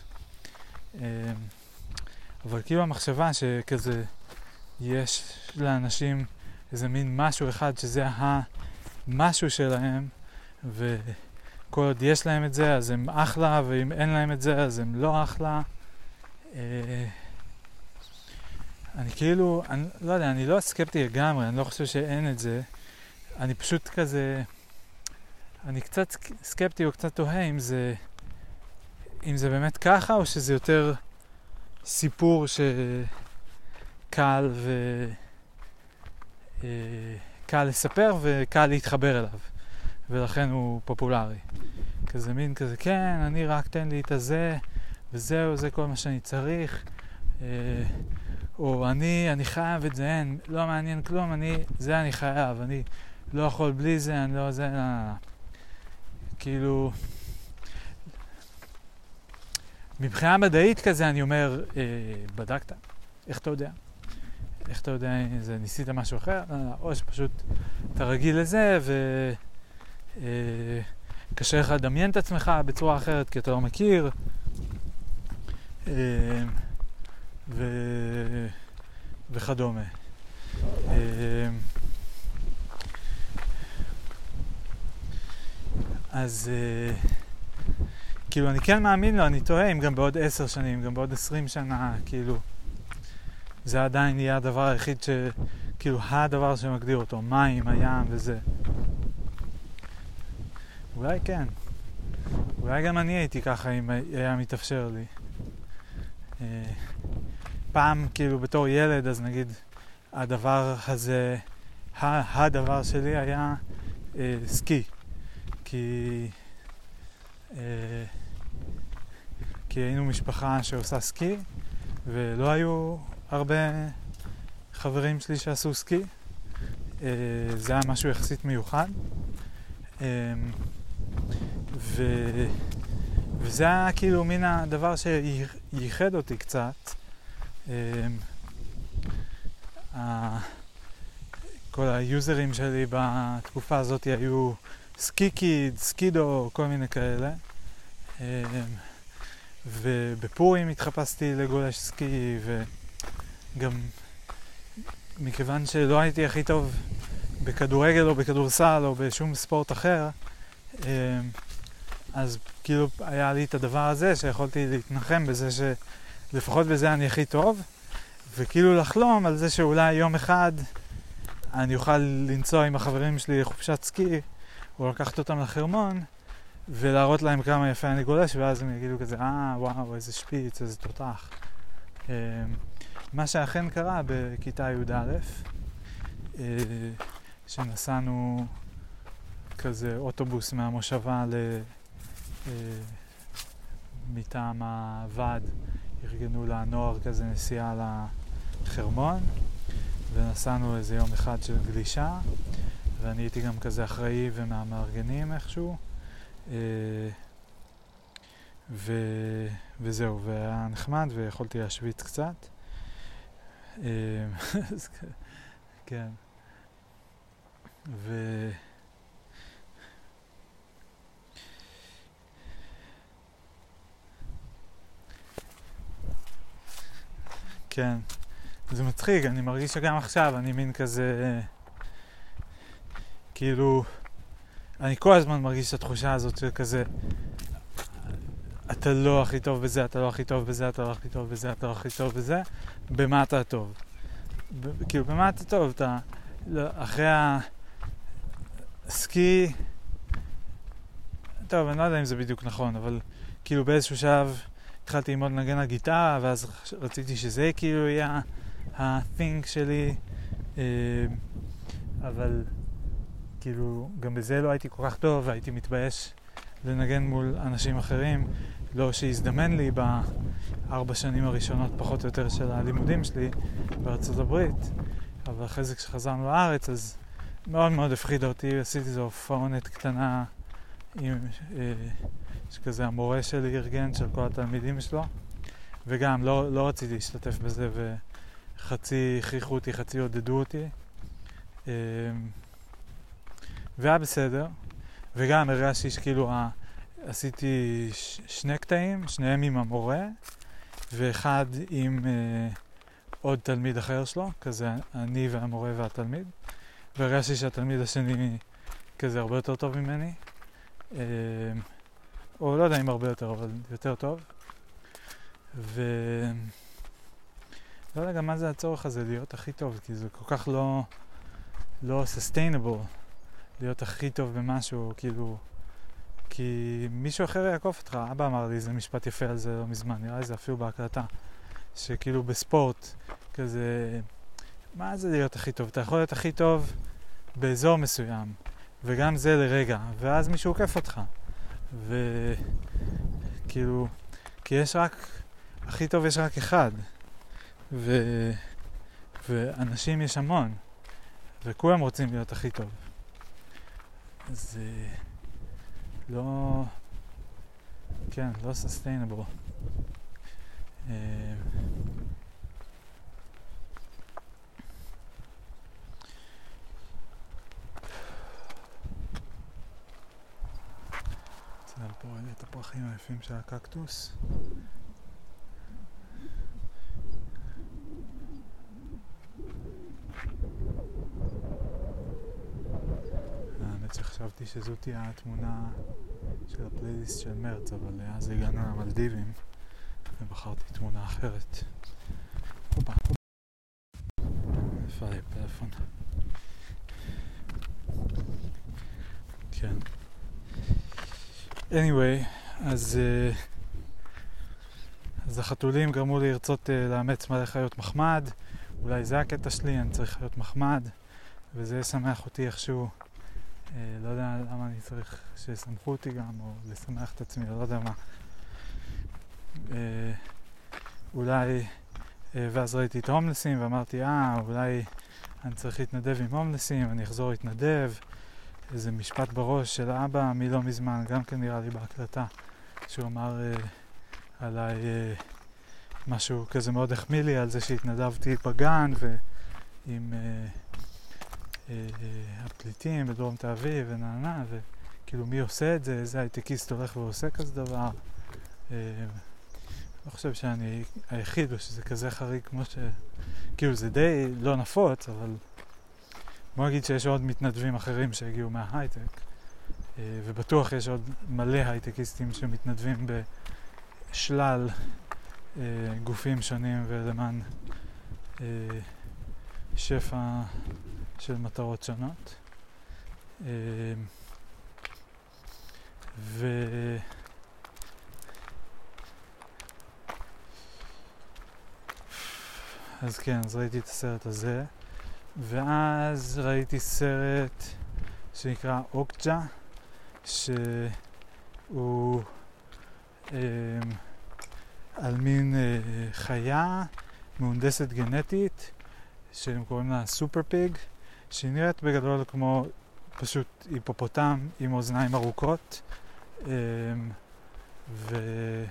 אבל כאילו המחשבה שכזה יש לאנשים איזה מין משהו אחד שזה המשהו שלהם, ו... כל עוד יש להם את זה, אז הם אחלה, ואם אין להם את זה, אז הם לא אחלה. אה, אני כאילו, אני לא יודע, אני לא סקפטי לגמרי, אני לא חושב שאין את זה. אני פשוט כזה, אני קצת סקפטי או קצת תוהה אם זה, אם זה באמת ככה, או שזה יותר סיפור שקל ו... אה, קל לספר וקל להתחבר אליו. ולכן הוא פופולרי. כזה מין כזה, כן, אני רק תן לי את הזה, וזהו, זה כל מה שאני צריך. אה, או אני, אני חייב את זה, אין, לא מעניין כלום, אני, זה אני חייב, אני לא יכול בלי זה, אני לא זה, לא, לא. כאילו, מבחינה מדעית כזה אני אומר, אה, בדקת? איך אתה יודע? איך אתה יודע אם זה ניסית משהו אחר? או שפשוט אתה רגיל לזה וקשה לך לדמיין את עצמך בצורה אחרת כי אתה לא מכיר. אה, ו... וכדומה. אה, אז אה, כאילו אני כן מאמין לו, אני טועה אם גם בעוד עשר שנים, גם בעוד עשרים שנה, כאילו זה עדיין יהיה הדבר היחיד ש... כאילו הדבר שמגדיר אותו, מים, הים וזה. אולי כן. אולי גם אני הייתי ככה אם היה מתאפשר לי. אה, פעם כאילו בתור ילד אז נגיד הדבר הזה, הדבר שלי היה אה, סקי. כי אה, כי היינו משפחה שעושה סקי ולא היו הרבה חברים שלי שעשו סקי. אה, זה היה משהו יחסית מיוחד. אה, ו... וזה היה כאילו מין הדבר שייחד אותי קצת. כל היוזרים שלי בתקופה הזאת היו סקי קיד, סקידו, כל מיני כאלה. ובפורים התחפשתי לגולש סקי, וגם מכיוון שלא הייתי הכי טוב בכדורגל או בכדורסל או בשום ספורט אחר, אז כאילו היה לי את הדבר הזה שיכולתי להתנחם בזה שלפחות בזה אני הכי טוב, וכאילו לחלום על זה שאולי יום אחד אני אוכל לנסוע עם החברים שלי לחופשת סקי או לקחת אותם לחרמון ולהראות להם כמה יפה אני גולש, ואז הם יגידו כזה, אה וואו איזה שפיץ, איזה תותח. מה שאכן קרה בכיתה י"א, שנסענו כזה אוטובוס מהמושבה ל... מטעם הוועד, ארגנו לנוער כזה נסיעה לחרמון, ונסענו איזה יום אחד של גלישה, ואני הייתי גם כזה אחראי ומהמארגנים איכשהו, ו... וזהו, והיה נחמד ויכולתי להשוויץ קצת. כן. ו... כן, זה מצחיק, אני מרגיש שגם עכשיו אני מין כזה, כאילו, אני כל הזמן מרגיש את התחושה הזאת של כזה, אתה לא הכי טוב בזה, אתה לא הכי טוב בזה, אתה לא הכי טוב בזה, אתה לא הכי טוב בזה, במה אתה טוב? ב- כאילו, במה אתה טוב? אתה, אחרי הסקי, טוב, אני לא יודע אם זה בדיוק נכון, אבל כאילו באיזשהו שלב, התחלתי ללמוד לנגן על גיטרה, ואז רציתי שזה כאילו יהיה ה-thing שלי, אבל כאילו גם בזה לא הייתי כל כך טוב, והייתי מתבייש לנגן מול אנשים אחרים, לא שהזדמן לי בארבע שנים הראשונות פחות או יותר של הלימודים שלי בארצות הברית, אבל אחרי זה כשחזרנו לארץ אז מאוד מאוד הפחיד אותי, עשיתי זו הופעונת קטנה עם... שכזה המורה שלי ארגן של כל התלמידים שלו, וגם לא, לא רציתי להשתתף בזה, וחצי הכריחו אותי, חצי עודדו אותי, והיה בסדר, וגם הרגשתי שכאילו עשיתי ש- שני קטעים, שניהם עם המורה, ואחד עם אה, עוד תלמיד אחר שלו, כזה אני והמורה והתלמיד, והרגשתי שהתלמיד השני כזה הרבה יותר טוב ממני, אה, או לא יודע אם הרבה יותר, אבל יותר טוב. ו... לא יודע גם מה זה הצורך הזה להיות הכי טוב, כי זה כל כך לא, לא sustainable, להיות הכי טוב במשהו, כאילו, כי מישהו אחר יעקוף אותך. אבא אמר לי, זה משפט יפה על זה לא מזמן, נראה לי זה אפילו בהקלטה, שכאילו בספורט, כזה, מה זה להיות הכי טוב? אתה יכול להיות הכי טוב באזור מסוים, וגם זה לרגע, ואז מישהו עוקף אותך. וכאילו, כי יש רק, הכי טוב יש רק אחד, ו... ואנשים יש המון, וכולם רוצים להיות הכי טוב. אז לא, כן, לא sustainable. צהל פה רואה את הפרחים היפים של הקקטוס. האמת שחשבתי שזו תהיה התמונה של הפלייליסט של מרץ, אבל אז הגענו למלדיבים ובחרתי תמונה אחרת. הופה, הופה. איפה לי פלאפון? כן. anyway, אז, אז החתולים גרמו לי לרצות לאמץ מלא חיות מחמד. אולי זה הקטע שלי, אני צריך חיות מחמד, וזה ישמח אותי איכשהו. לא יודע למה אני צריך שישמחו אותי גם, או לשמח את עצמי, לא יודע מה. אולי, ואז ראיתי את ההומלסים ואמרתי, אה, אולי אני צריך להתנדב עם הומלסים, אני אחזור להתנדב. איזה משפט בראש של אבא מי לא מזמן, גם כן נראה לי בהקלטה, שהוא אמר אה, עליי אה, משהו כזה מאוד החמיא לי על זה שהתנדבתי בגן ועם אה, אה, אה, הפליטים בדרום תל אביב ונענה, וכאילו מי עושה את זה, איזה הייטקיסט הולך ועושה כזה דבר. אה, לא חושב שאני היחיד או שזה כזה חריג כמו ש... כאילו זה די לא נפוץ, אבל בוא נגיד שיש עוד מתנדבים אחרים שהגיעו מההייטק, ובטוח יש עוד מלא הייטקיסטים שמתנדבים בשלל גופים שונים ולמען שפע של מטרות שונות. ו... אז כן, אז ראיתי את הסרט הזה. ואז ראיתי סרט שנקרא אוקג'ה, שהוא אה, על מין אה, חיה מהונדסת גנטית שהם קוראים לה סופר פיג, שהיא נראית בגדול כמו פשוט היפופוטם עם אוזניים ארוכות, אה, וכן,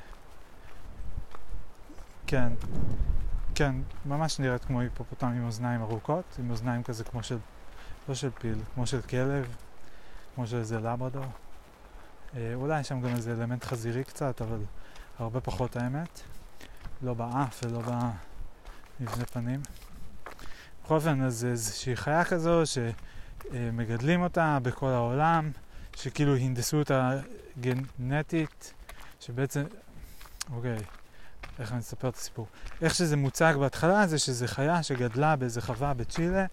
כן, ממש נראית כמו היפופוטם עם אוזניים ארוכות, עם אוזניים כזה כמו של, לא של פיל, כמו של כלב, כמו של איזה לברדור. אה, אולי שם גם איזה אלמנט חזירי קצת, אבל הרבה פחות האמת. לא באף ולא במבנה פנים. בכל אופן, אז איזושהי חיה כזו שמגדלים אותה בכל העולם, שכאילו הנדסו אותה גנטית, שבעצם, אוקיי, איך אני אספר את הסיפור? איך שזה מוצג בהתחלה זה שזה חיה שגדלה באיזה חווה בצ'ילה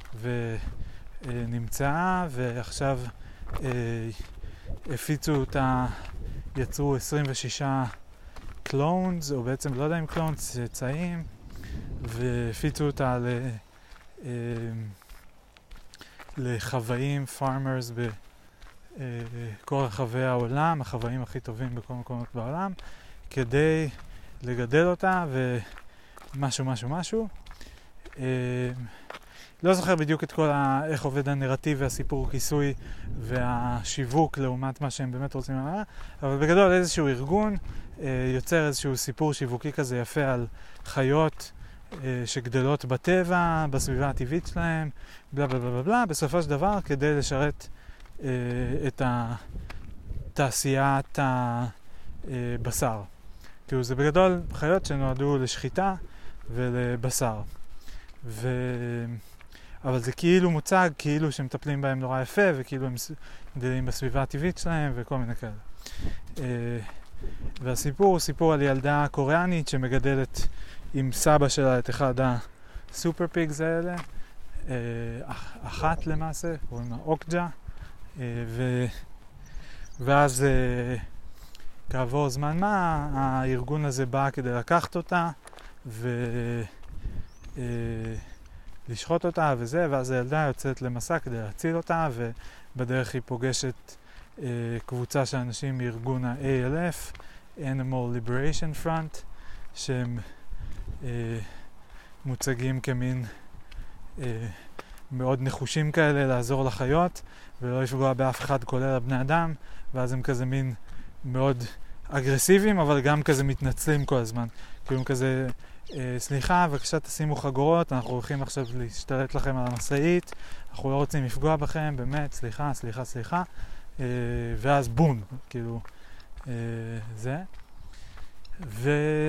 ונמצאה, ועכשיו אה, הפיצו אותה, יצרו עשרים ושישה קלונס, או בעצם לא יודע אם קלונס, צאצאים, והפיצו אותה ל, אה, לחוואים, פארמרס בכל רחבי העולם, החוואים הכי טובים בכל מקומות בעולם, כדי לגדל אותה ומשהו משהו משהו. לא זוכר בדיוק את כל ה... איך עובד הנרטיב והסיפור כיסוי והשיווק לעומת מה שהם באמת רוצים לומר, אבל בגדול איזשהו ארגון יוצר איזשהו סיפור שיווקי כזה יפה על חיות שגדלות בטבע, בסביבה הטבעית שלהם, בלה בלה בלה בלה, בסופו של דבר כדי לשרת את תעשיית הבשר. כאילו זה בגדול חיות שנועדו לשחיטה ולבשר. ו... אבל זה כאילו מוצג, כאילו שמטפלים בהם נורא יפה, וכאילו הם גדלים בסביבה הטבעית שלהם וכל מיני כאלה. והסיפור הוא סיפור על ילדה קוריאנית שמגדלת עם סבא שלה את אחד הסופר פיגס האלה, אחת למעשה, קוראים לה אוקג'ה, ו... ואז כעבור זמן מה, הארגון הזה בא כדי לקחת אותה ולשחוט אותה וזה, ואז הילדה יוצאת למסע כדי להציל אותה, ובדרך היא פוגשת קבוצה של אנשים מארגון ה-A L F, Animal Liberation Front, שהם מוצגים כמין מאוד נחושים כאלה לעזור לחיות ולא לפגוע באף אחד כולל הבני אדם, ואז הם כזה מין מאוד אגרסיביים, אבל גם כזה מתנצלים כל הזמן. כאילו הם כזה, אה, סליחה, בבקשה תשימו חגורות, אנחנו הולכים עכשיו להשתלט לכם על המשאית, אנחנו לא רוצים לפגוע בכם, באמת, סליחה, סליחה, סליחה. אה, ואז בום, כאילו, אה, זה. ו...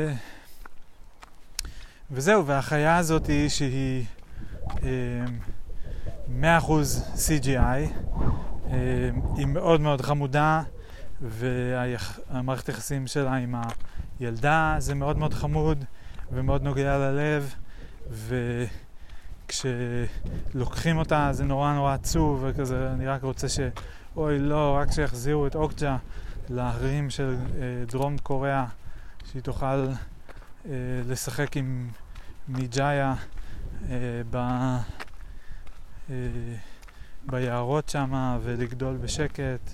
וזהו, והחיה הזאת היא שהיא אה, מאה אחוז סי ג'י איי, אה, היא מאוד מאוד חמודה, והמערכת היחסים שלה עם הילדה זה מאוד מאוד חמוד ומאוד נוגע ללב, וכשלוקחים אותה זה נורא נורא עצוב, וכזה אני רק רוצה ש... אוי לא, רק שיחזירו את אוקג'ה להרים של אה, דרום קוריאה, שהיא תוכל אה, לשחק עם מיג'איה אה, ב, אה, ביערות שם ולגדול בשקט,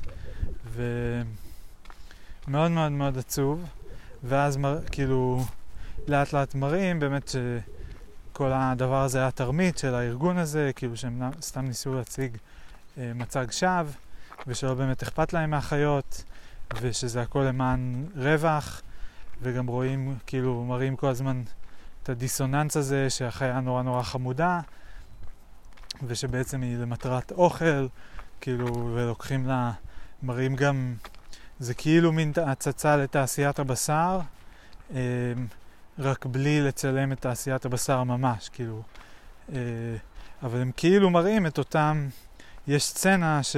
ומאוד מאוד מאוד עצוב. ואז מר, כאילו לאט לאט מראים באמת שכל הדבר הזה היה תרמית של הארגון הזה, כאילו שהם סתם ניסו להציג אה, מצג שווא, ושלא באמת אכפת להם מהחיות, ושזה הכל למען רווח, וגם רואים, כאילו מראים כל הזמן את הדיסוננס הזה שהחיה נורא נורא חמודה, ושבעצם היא למטרת אוכל, כאילו, ולוקחים לה, מראים גם, זה כאילו מין הצצה לתעשיית הבשר, רק בלי לצלם את תעשיית הבשר ממש, כאילו. אבל הם כאילו מראים את אותם, יש סצנה ש...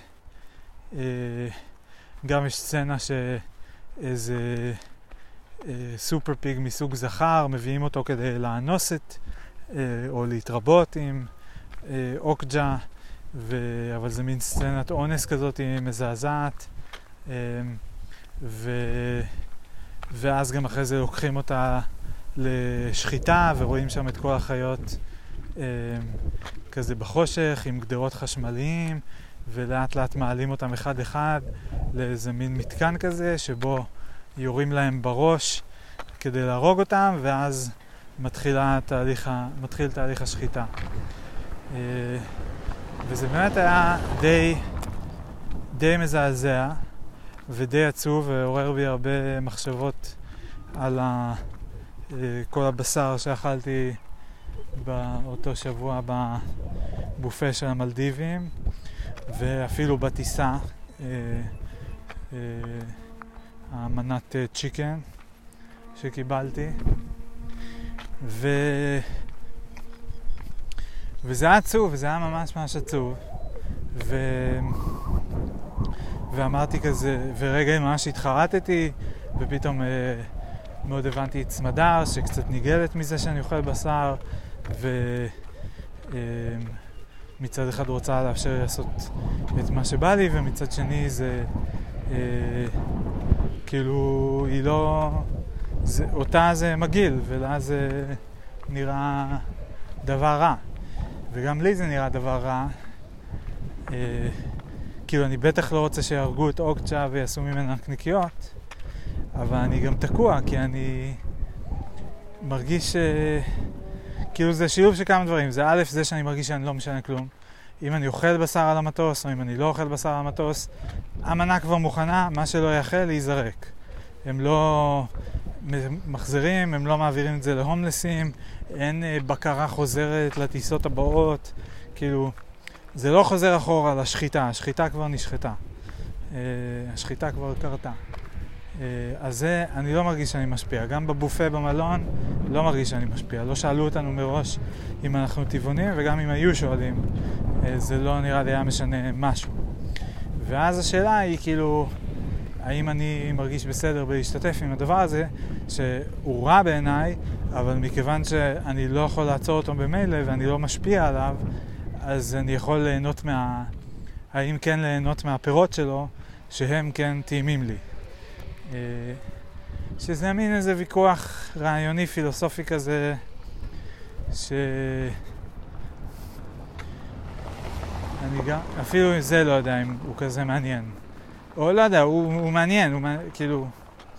גם יש סצנה שאיזה סופר פיג מסוג זכר, מביאים אותו כדי לאנוס את, או להתרבות עם אוקג'ה, ו... אבל זה מין סצנת אונס כזאת, היא מזעזעת, ו... ואז גם אחרי זה לוקחים אותה לשחיטה, ורואים שם את כל החיות כזה בחושך, עם גדרות חשמליים, ולאט לאט מעלים אותם אחד אחד לאיזה מין מתקן כזה, שבו יורים להם בראש כדי להרוג אותם, ואז מתחילה תהליך, מתחיל תהליך השחיטה. וזה באמת היה די, די מזעזע ודי עצוב, ועורר בי הרבה מחשבות על ה, כל הבשר שאכלתי באותו שבוע בבופה של המלדיבים, ואפילו בטיסה, המנת צ'יקן שקיבלתי, ו... וזה היה עצוב, וזה היה ממש ממש עצוב, ו... ואמרתי כזה, ורגע ממש התחרטתי, ופתאום אה, מאוד הבנתי את סמדר שקצת ניגלת מזה שאני אוכל בשר, ומצד אה, אחד רוצה לאפשר לעשות את מה שבא לי, ומצד שני זה אה, כאילו היא לא, זה, אותה זה מגעיל, ולה זה נראה דבר רע, וגם לי זה נראה דבר רע. אה, כאילו אני בטח לא רוצה שיהרגו את אוקג'ה ויעשו ממנה נקניקיות, אבל אני גם תקוע, כי אני מרגיש אה, כאילו זה שילוב של כמה דברים. זה א', זה שאני מרגיש שאני לא משנה כלום. אם אני אוכל בשר על המטוס, או אם אני לא אוכל בשר על המטוס, המנה כבר מוכנה, מה שלא יאכל ייזרק. הם לא מחזירים, הם לא מעבירים את זה להומלסים, אין אה, בקרה חוזרת לטיסות הבאות, כאילו זה לא חוזר אחורה לשחיטה, השחיטה כבר נשחטה, אה, השחיטה כבר קרתה. אה, אז זה, אני לא מרגיש שאני משפיע. גם בבופה במלון לא מרגיש שאני משפיע. לא שאלו אותנו מראש אם אנחנו טבעונים, וגם אם היו שואלים, אה, זה לא נראה לי היה משנה משהו. ואז השאלה היא כאילו, האם אני מרגיש בסדר בלהשתתף עם הדבר הזה, שהוא רע בעיניי, אבל מכיוון שאני לא יכול לעצור אותו במילא ואני לא משפיע עליו, אז אני יכול ליהנות מה... האם כן ליהנות מהפירות שלו, שהם כן טעימים לי. שזה מין איזה ויכוח רעיוני פילוסופי כזה, ש... אני גם... אפילו זה לא יודע אם הוא כזה מעניין. או לא יודע, הוא, הוא מעניין, הוא מעניין, כאילו...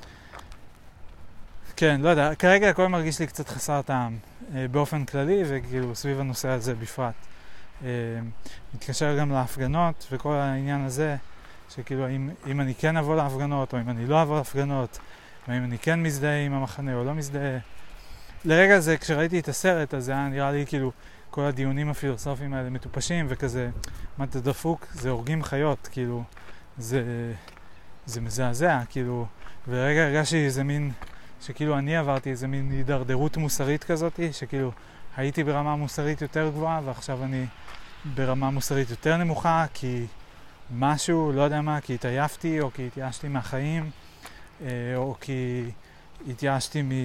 כן, לא יודע, כרגע הכל מרגיש לי קצת חסר טעם, באופן כללי, וכאילו סביב הנושא הזה בפרט. מתקשר גם להפגנות וכל העניין הזה, שכאילו אם, אם אני כן אבוא להפגנות או אם אני לא אבוא להפגנות, ואם אני כן מזדהה עם המחנה או לא מזדהה. לרגע זה, כשראיתי את הסרט, אז זה היה נראה לי כאילו כל הדיונים הפילוסופיים האלה מטופשים וכזה, מה אתה דפוק? זה הורגים חיות, כאילו, זה, זה מזעזע, כאילו, ולרגע הרגשתי איזה מין, שכאילו אני עברתי איזה מין הידרדרות מוסרית כזאת, שכאילו הייתי ברמה מוסרית יותר גבוהה ועכשיו אני ברמה מוסרית יותר נמוכה, כי משהו, לא יודע מה, כי התעייפתי או כי התייאשתי מהחיים, או כי התייאשתי מ...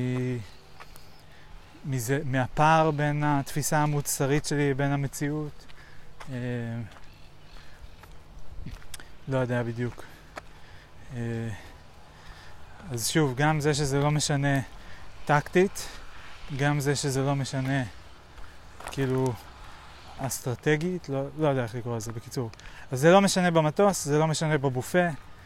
מזה, מהפער בין התפיסה המוסרית שלי בין המציאות. לא יודע בדיוק. אז שוב, גם זה שזה לא משנה טקטית, גם זה שזה לא משנה כאילו אסטרטגית, לא, לא יודע איך לקרוא לזה בקיצור. אז זה לא משנה במטוס, זה לא משנה בבופה,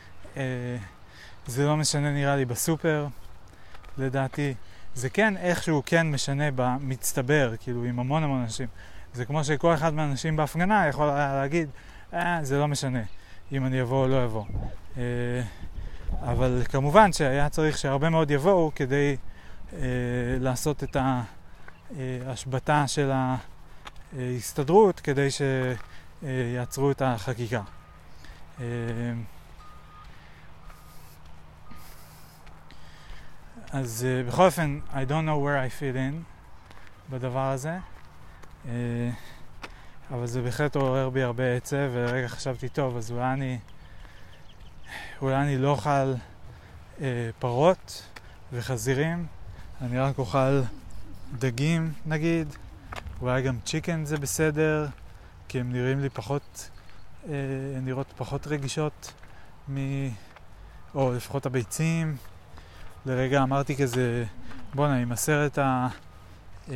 זה לא משנה נראה לי בסופר, לדעתי. זה כן איכשהו כן משנה במצטבר, כאילו עם המון המון אנשים. זה כמו שכל אחד מהאנשים בהפגנה יכול להגיד, אה, זה לא משנה אם אני אבוא או לא אבוא. אה, אבל כמובן שהיה צריך שהרבה מאוד יבואו כדי אה, לעשות את ההשבתה של ההסתדרות, כדי שיעצרו את החקיקה. אה, אז uh, בכל אופן, I don't know where I fit in בדבר הזה, uh, אבל זה בהחלט עורר בי הרבה עצב, ולרגע חשבתי, טוב, אז אולי אני, אולי אני לא אוכל uh, פרות וחזירים, אני רק אוכל דגים נגיד, אולי גם צ'יקן זה בסדר, כי הם נראים לי פחות, uh, נראות פחות רגישות, מ... או לפחות הביצים. לרגע אמרתי כזה, בוא'נה, עם הסרט ה... אה,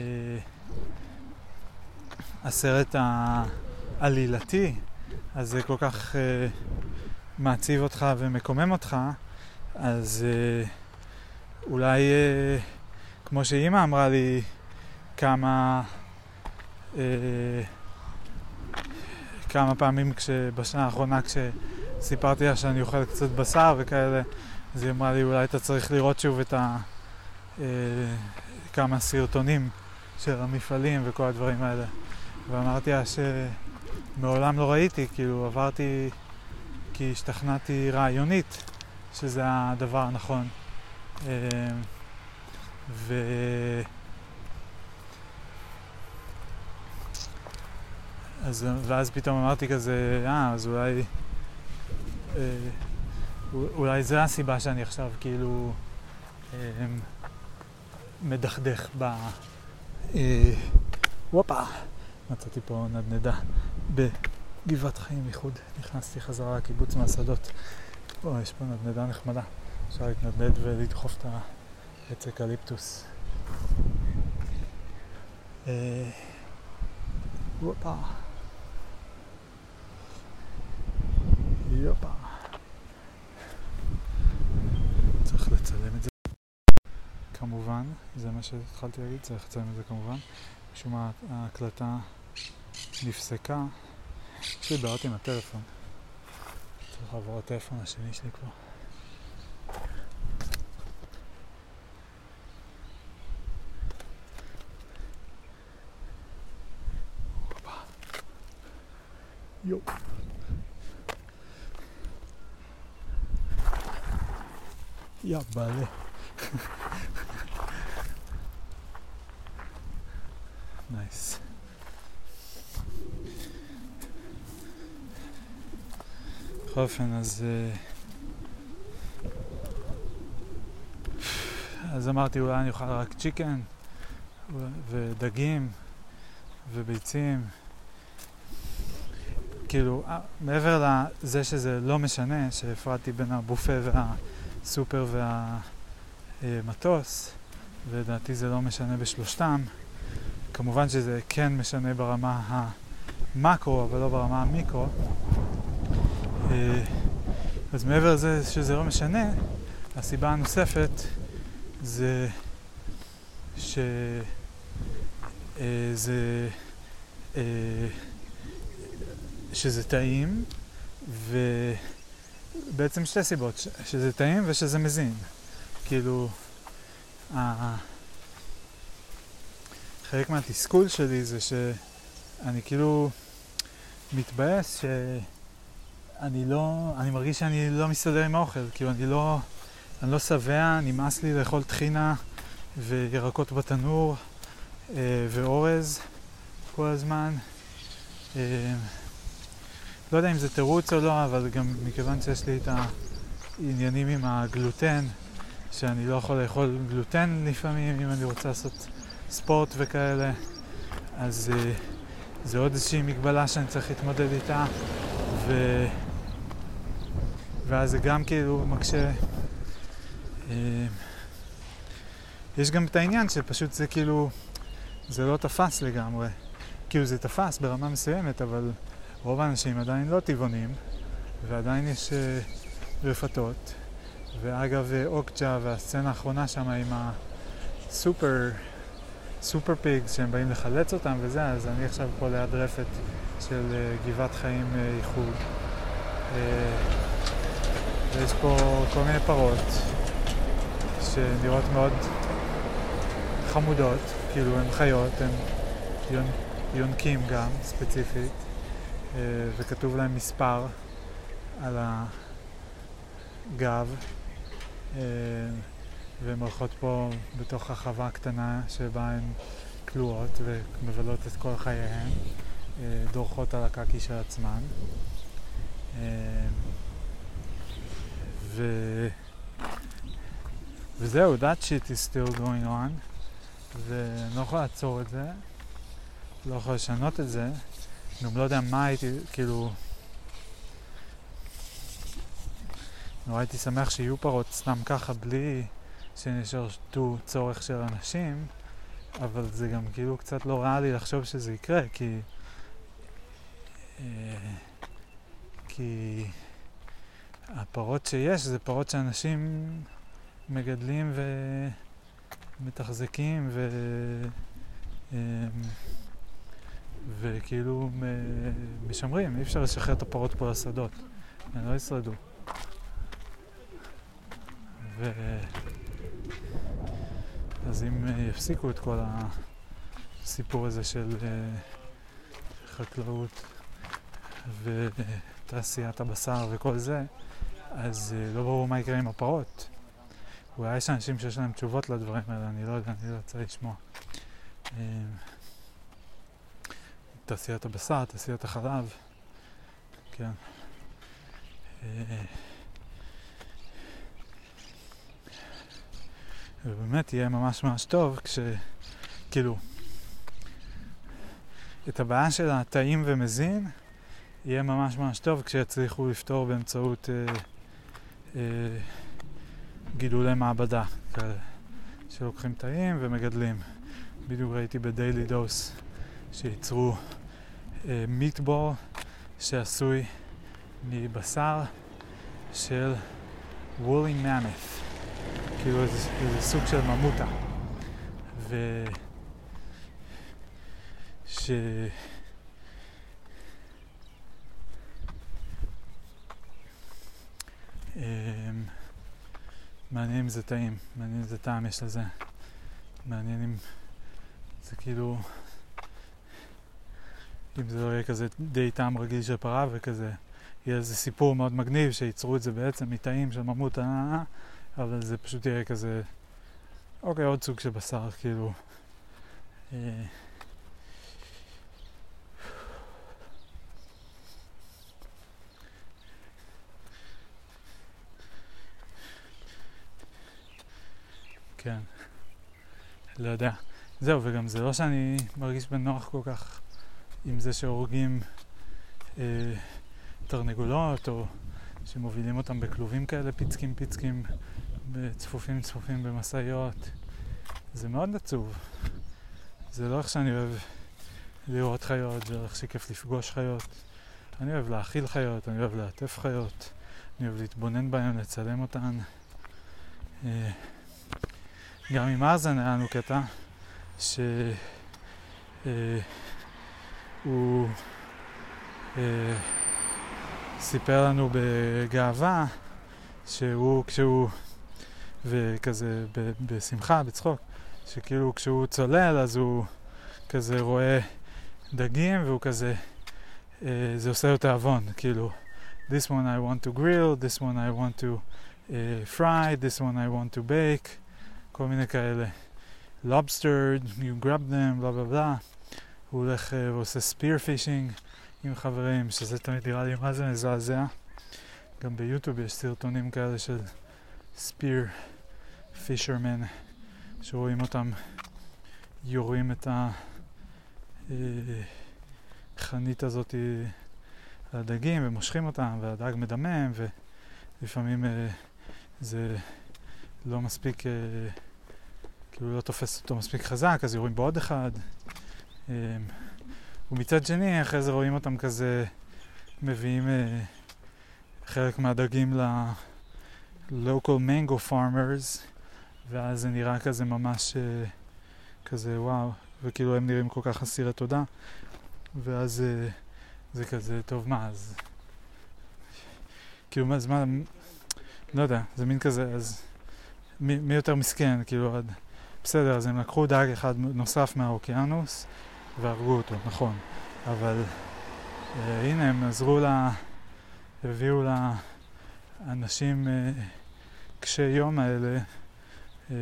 הסרט העלילתי, אז זה כל כך אה, מעציב אותך ומקומם אותך, אז אה, אולי, אה, כמו שאמא אמרה לי כמה, אה, כמה פעמים בשנה האחרונה כשסיפרתי לה שאני אוכל קצת בשר וכאלה, אז היא אמרה לי, אולי אתה צריך לראות שוב את ה... אה, כמה סרטונים של המפעלים וכל הדברים האלה. ואמרתי לה שמעולם לא ראיתי, כאילו עברתי כי השתכנעתי רעיונית שזה הדבר הנכון. אה, ו... אז, ואז פתאום אמרתי כזה, אה, אז אולי... אה, אולי זה הסיבה שאני עכשיו כאילו אה, מדכדך ב... אה, וופה, מצאתי פה נדנדה בגבעת חיים איחוד. נכנסתי חזרה לקיבוץ מהשדות. או, יש פה נדנדה נחמדה. אפשר להתנדנד ולדחוף את העץ אקליפטוס. אה, וופה. יופה. צריך לצלם את זה. כמובן, זה מה שהתחלתי להגיד, צריך לצלם את זה כמובן. משום מה ההקלטה נפסקה. יש לי בעיות עם הטלפון. צריך לעבור הטלפון השני שלי כבר. יו. יא בעלה. נייס. בכל אופן, אז אז אמרתי אולי אני אוכל רק צ'יקן ודגים וביצים. כאילו, מעבר לזה שזה לא משנה, שהפרדתי בין הבופה והסופר והמטוס, ולדעתי זה לא משנה בשלושתם, כמובן שזה כן משנה ברמה המקרו, אבל לא ברמה המיקרו. אז מעבר לזה שזה לא משנה, הסיבה הנוספת זה שזה שזה טעים, ו... בעצם שתי סיבות, ש- שזה טעים ושזה מזין. כאילו, ה- חלק מהתסכול שלי זה שאני כאילו מתבאס שאני לא, אני מרגיש שאני לא מסתדר עם האוכל, כאילו אני לא, אני לא שבע, נמאס לי לאכול טחינה וירקות בתנור אה, ואורז כל הזמן. אה, לא יודע אם זה תירוץ או לא, אבל גם מכיוון שיש לי את העניינים עם הגלוטן, שאני לא יכול לאכול גלוטן לפעמים אם אני רוצה לעשות ספורט וכאלה, אז אה, זה עוד איזושהי מגבלה שאני צריך להתמודד איתה, ו... ואז זה גם כאילו מקשה. אה, יש גם את העניין שפשוט זה כאילו, זה לא תפס לגמרי. כאילו זה תפס ברמה מסוימת, אבל רוב האנשים עדיין לא טבעונים, ועדיין יש אה, רפתות. ואגב, אוקג'ה והסצנה האחרונה שם עם הסופר, סופר פיגס שהם באים לחלץ אותם וזה, אז אני עכשיו פה ליד רפת של uh, גבעת חיים uh, איחוד. Uh, ויש פה כל מיני פרות שנראות מאוד חמודות, כאילו הן חיות, הן יונ, יונקים גם ספציפית, uh, וכתוב להם מספר על הגב. Uh, והן הולכות פה בתוך החווה קטנה שבה הן כלואות ומבלות את כל חייהן, דורכות על הקקי של עצמן. ו... וזהו, that shit is still going on, ואני לא יכול לעצור את זה, לא יכול לשנות את זה, גם לא יודע מה הייתי, כאילו... נורא הייתי שמח שיהיו פרות סתם ככה בלי שנשרתו צורך של אנשים, אבל זה גם כאילו קצת לא ריאלי לחשוב שזה יקרה, כי אה, כי הפרות שיש זה פרות שאנשים מגדלים ומתחזקים ו אה, וכאילו משמרים. אי אפשר לשחרר את הפרות פה לשדות, הם לא ישרדו. ו... אז אם יפסיקו את כל הסיפור הזה של חקלאות ותעשיית הבשר וכל זה, אז לא ברור מה יקרה עם הפרות. אולי יש אנשים שיש להם תשובות לדברים האלה, אני לא יודע, אני לא רוצה לשמוע. תעשיית הבשר, תעשיית החלב, כן. ובאמת יהיה ממש ממש טוב כש... כאילו... את הבעיה של הטעים ומזין יהיה ממש ממש טוב כשיצליחו לפתור באמצעות אה, אה, גידולי מעבדה כאלה שלוקחים טעים ומגדלים. בדיוק ראיתי בדיילי דוס שיצרו אה, מיטבול שעשוי מבשר של וולי ממת', כאילו איזה, איזה סוג של ממוטה, ו... ש... Um, מעניין אם זה טעים, מעניין איזה טעם יש לזה, מעניין אם זה כאילו, אם זה לא יהיה כזה די טעם רגיל של פרה וכזה, יהיה איזה סיפור מאוד מגניב שיצרו את זה בעצם מטעים של ממוטה, אבל זה פשוט יהיה כזה, אוקיי, עוד סוג של בשר, כאילו. אה... כן, לא יודע. זהו, וגם זה לא שאני מרגיש בנוח כל כך עם זה שהורגים אה, תרנגולות, או שמובילים אותם בכלובים כאלה, פיצקים פיצקים, בצפופים צפופים במסעיות. זה מאוד עצוב. זה לא איך שאני אוהב לראות חיות, זה לא איך שכיף לפגוש חיות. אני אוהב להאכיל חיות, אני אוהב לעטף חיות, אני אוהב להתבונן בהן, לצלם אותן. אה, גם עם ארזן היה לנו קטע שהוא אה, סיפר לנו בגאווה שהוא, כשהוא, וכזה ב- בשמחה, בצחוק, שכאילו כשהוא צולל אז הוא כזה רואה דגים והוא כזה, אה, זה עושה לו תאבון, כאילו this one I want to grill, this one I want to uh, fry, this one I want to bake, כל מיני כאלה. lobster, you grab them, בלה בלה בלה. הוא הולך uh, ועושה spear fishing עם חברים, שזה תמיד נראה לי מה זה מזעזע. גם ביוטיוב יש סרטונים כאלה של spear fishermen, שרואים אותם יורים את החנית הזאת על הדגים ומושכים אותם, והדג מדמם, ולפעמים זה לא מספיק, כאילו לא תופס אותו מספיק חזק, אז יורים בעוד אחד. ומצד שני, אחרי זה רואים אותם כזה, מביאים חלק מהדגים ל-local mango farmers, ואז זה נראה כזה ממש כזה וואו, וכאילו הם נראים כל כך אסירי תודה, ואז זה כזה טוב מה, אז כאילו מה, מה, לא יודע, זה מין כזה, אז מי, מי יותר מסכן, כאילו עד, בסדר, אז הם לקחו דג אחד נוסף מהאוקיינוס והרגו אותו, נכון, אבל אה, הנה הם עזרו לה, הביאו לאנשים אה, קשי יום האלה אה,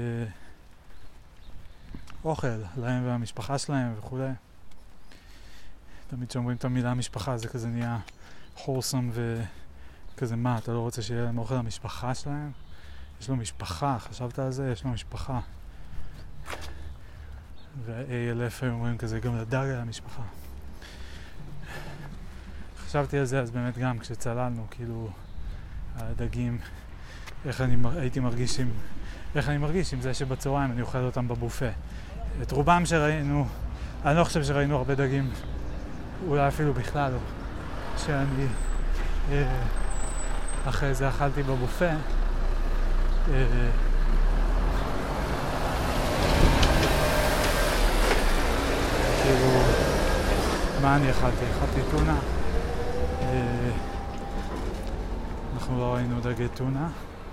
אוכל להם והמשפחה שלהם וכו'. תמיד שאומרים את המילה משפחה זה כזה נהיה wholesome וכזה מה, אתה לא רוצה שיהיה להם אוכל למשפחה שלהם? יש לו משפחה, חשבת על זה? יש לו משפחה. וה-איי אל אף אומרים כזה גם לדג על המשפחה. חשבתי על זה אז באמת גם כשצללנו, כאילו הדגים, איך אני הייתי מרגיש עם, איך אני מרגיש עם זה שבצהריים אני אוכל אותם בבופה. את רובם שראינו, אני לא חושב שראינו הרבה דגים, אולי אפילו בכלל לא, שאני אה, אחרי זה אכלתי בבופה. אה, כאילו, מה אני אכלתי? אכלתי טונה. אה, אנחנו לא ראינו דגי טונה,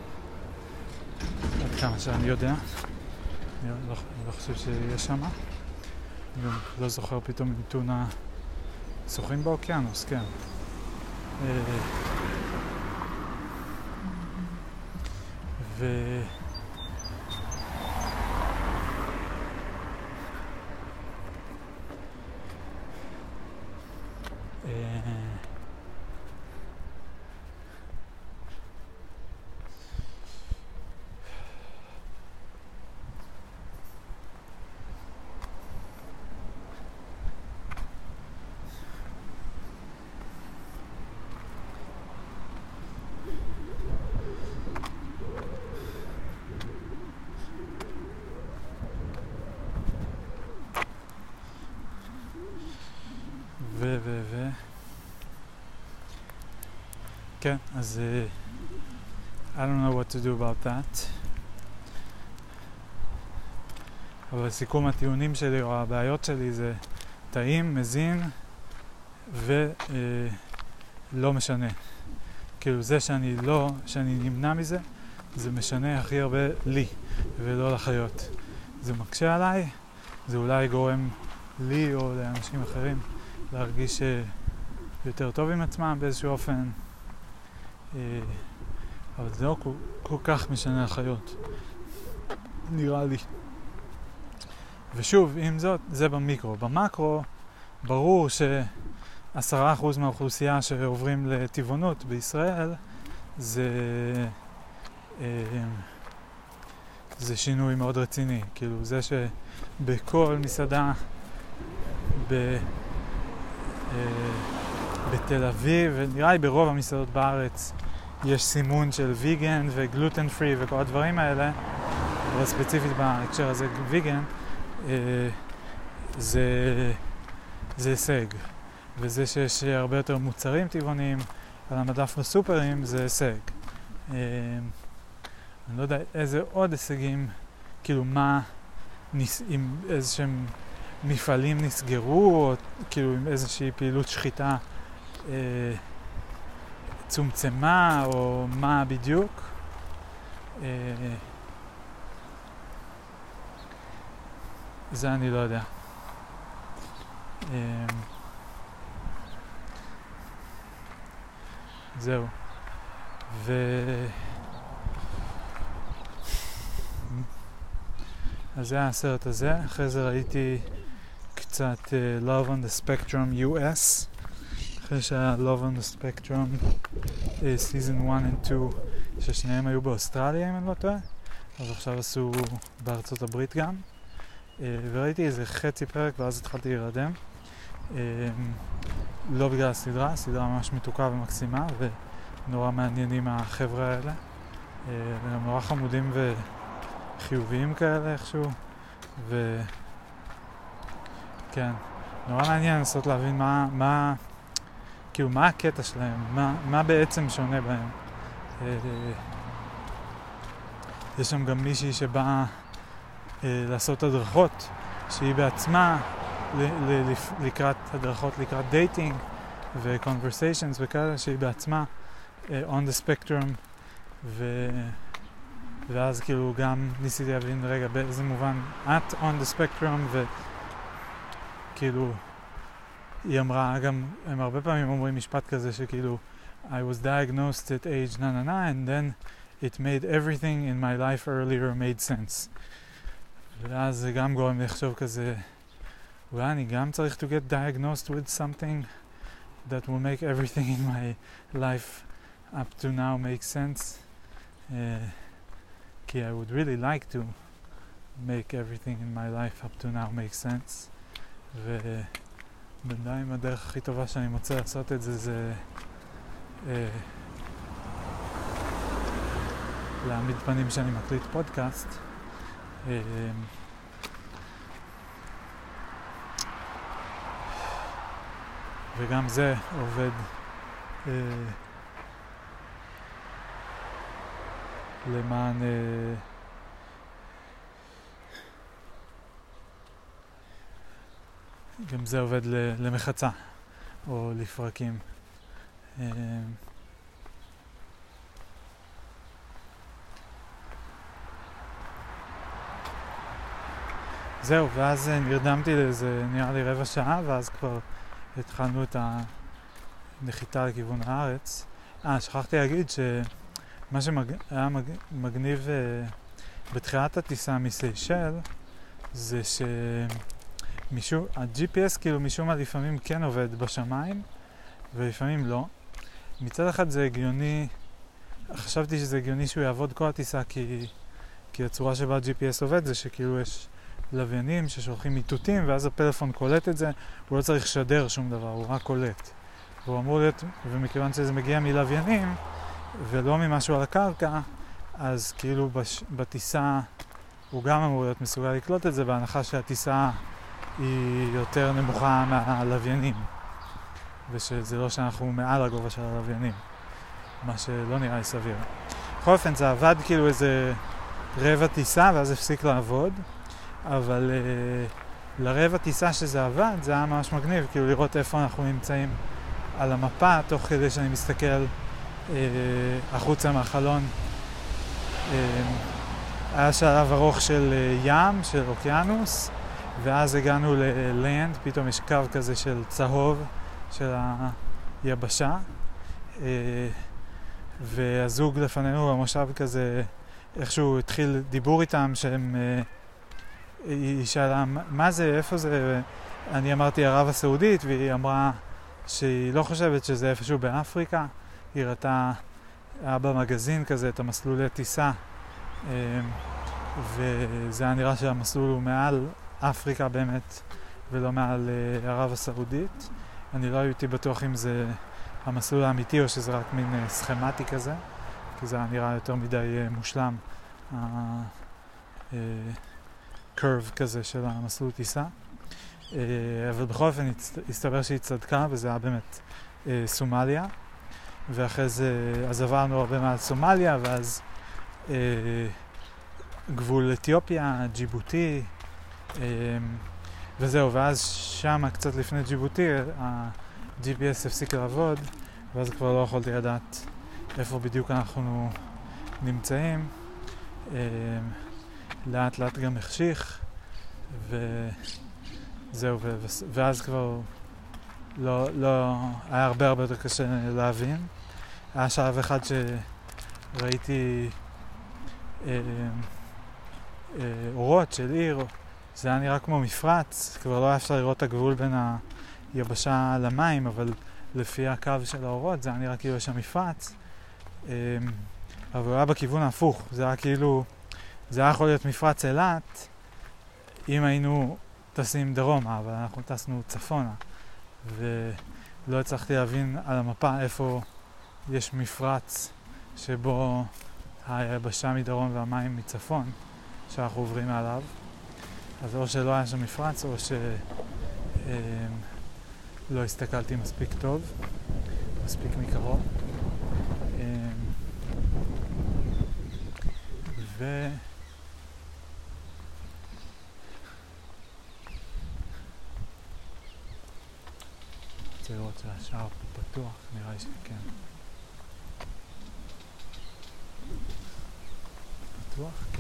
עד כמה שאני יודע. אני לא, אני לא חושב שיש שם. אני גם לא זוכר פתאום עם טונה שוחים באוקיינוס, כן. ו... ו... ו... ו... כן, אז uh, I don't know what to do about that. אבל סיכום הטיעונים שלי או הבעיות שלי זה טעים, מזין ולא uh, משנה. כאילו זה שאני לא, שאני נמנע מזה, זה משנה הכי הרבה לי ולא לחיות. זה מקשה עליי, זה אולי גורם לי או לאנשים אחרים להרגיש יותר טוב עם עצמם באיזשהו אופן, אבל זה לא כל, כל כך משנה החיות, נראה לי. ושוב, עם זאת, זה במיקרו. במקרו, ברור שעשרה אחוז מהאוכלוסייה שעוברים לטבעונות בישראל, זה, זה שינוי מאוד רציני. כאילו, זה שבכל מסעדה, ב... בתל אביב, ונראה לי ברוב המסעדות בארץ יש סימון של ויגן וגלוטן פרי וכל הדברים האלה, אבל ספציפית בהקשר הזה ויגן, זה, זה הישג. וזה שיש הרבה יותר מוצרים טבעוניים על המדף בסופרים זה הישג. אני לא יודע איזה עוד הישגים, כאילו מה, אם איזשהם מפעלים נסגרו, או כאילו עם איזושהי פעילות שחיטה אה, צומצמה או מה בדיוק. אה, זה אני לא יודע. אה, זהו. ו... אז זה היה הסרט הזה. אחרי זה ראיתי קצת uh, Love on the Spectrum יו אס. אחרי שהיה Love on the Spectrum uh, Season one and two, ששניהם היו באוסטרליה אם אני לא טועה. אז עכשיו עשו בארצות הברית גם. Uh, וראיתי איזה חצי פרק ואז התחלתי להירדם. Uh, לא בגלל הסדרה, הסדרה ממש מתוקה ומקסימה ונורא מעניינים החבר'ה האלה. Uh, וגם נורא חמודים וחיוביים כאלה איכשהו. ו... כן, נורא מעניין לנסות להבין מה, מה, כאילו מה הקטע שלהם, מה, מה בעצם שונה בהם. יש שם גם מישהי שבאה לעשות הדרכות, שהיא בעצמה לקראת הדרכות, לקראת דייטינג ו-conversations וכאלה, שהיא בעצמה on the spectrum, ו... ואז כאילו גם ניסיתי להבין רגע באיזה מובן את on the spectrum, ו... כאילו, היא אמרה, גם, הם הרבה פעמים אומרים משפט כזה שכאילו I was diagnosed at age na na na and then it made everything in my life earlier made sense. ואז זה גם גורם לחשוב כזה, אולי אני גם צריך to get diagnosed with something that will make everything in my life up to now make sense. Uh, כי I would really like to make everything in my life up to now make sense. ובינתיים הדרך הכי טובה שאני מוצא לעשות את זה זה אה, להעמיד פנים שאני מקליט פודקאסט. אה, וגם זה עובד אה, למען אה, גם זה עובד למחצה או לפרקים. זהו, ואז נרדמתי לאיזה נראה לי רבע שעה, ואז כבר התחלנו את הנחיתה לכיוון הארץ. אה, שכחתי להגיד שמה שהיה מגניב בתחילת הטיסה מסיישל זה ש... משום, ה-ג'י פי אס כאילו משום מה לפעמים כן עובד בשמיים ולפעמים לא. מצד אחד זה הגיוני, חשבתי שזה הגיוני שהוא יעבוד כל הטיסה כי, כי הצורה שבה ג'י פי אס עובד זה שכאילו יש לוויינים ששולחים איתותים ואז הפלאפון קולט את זה, הוא לא צריך לשדר שום דבר, הוא רק קולט. והוא אמור להיות, ומכיוון שזה מגיע מלוויינים ולא ממשהו על הקרקע, אז כאילו בש, בטיסה הוא גם אמור להיות מסוגל לקלוט את זה בהנחה שהטיסה היא יותר נמוכה מהלוויינים ושזה לא שאנחנו מעל הגובה של הלוויינים, מה שלא נראה לי סביר. בכל אופן זה עבד כאילו איזה רבע טיסה ואז הפסיק לעבוד, אבל uh, לרבע טיסה שזה עבד זה היה ממש מגניב, כאילו לראות איפה אנחנו נמצאים על המפה תוך כדי שאני מסתכל uh, החוצה מהחלון. uh, היה שלב ארוך של uh, ים, של אוקיינוס, ואז הגענו ללנד, פתאום יש קו כזה של צהוב של היבשה, והזוג לפנינו במושב כזה, איכשהו התחיל דיבור איתם שהם, היא שאלה מה זה, איפה זה, אני אמרתי ערב הסעודית והיא אמרה שהיא לא חושבת שזה איפשהו באפריקה, היא ראתה, היה במגזין כזה את המסלולי טיסה, וזה היה נראה שהמסלול הוא מעל אפריקה באמת ולא מעל uh, ערב הסעודית. אני לא הייתי בטוח אם זה המסלול האמיתי או שזה רק מין uh, סכמטי כזה, כי זה נראה יותר מדי uh, מושלם ה-curve uh, כזה של המסלול טיסה. Uh, אבל בכל אופן הסתבר שהיא צדקה וזה היה באמת uh, סומליה, ואחרי זה אז עברנו הרבה מעל סומליה ואז uh, גבול אתיופיה, ג'יבוטי, וזהו, ואז שם קצת לפני ג'יבוטי ה-ג'י פי אס הפסיק לעבוד ואז כבר לא יכולתי לדעת איפה בדיוק אנחנו נמצאים. לאט לאט גם החשיך, וזהו, ואז כבר לא, לא, היה הרבה הרבה יותר קשה להבין. היה שלב אחד שראיתי אה, אה, אורות של עיר, זה היה נראה כמו מפרץ, כבר לא היה אפשר לראות את הגבול בין היבשה למים, אבל לפי הקו של האורות זה היה נראה כאילו יש שם מפרץ, אה, אבל הוא היה בכיוון ההפוך, זה היה כאילו, זה היה יכול להיות מפרץ אילת אם היינו טסים דרומה, אבל אנחנו טסנו צפונה, ולא הצלחתי להבין על המפה איפה יש מפרץ שבו היבשה מדרום והמים מצפון שאנחנו עוברים מעליו. אז או שלא היה שם מפרץ או שלא הסתכלתי מספיק טוב, מספיק מקרוב. ו... רוצה לראות שהשער פה פתוח, נראה לי שכן. פתוח? כן.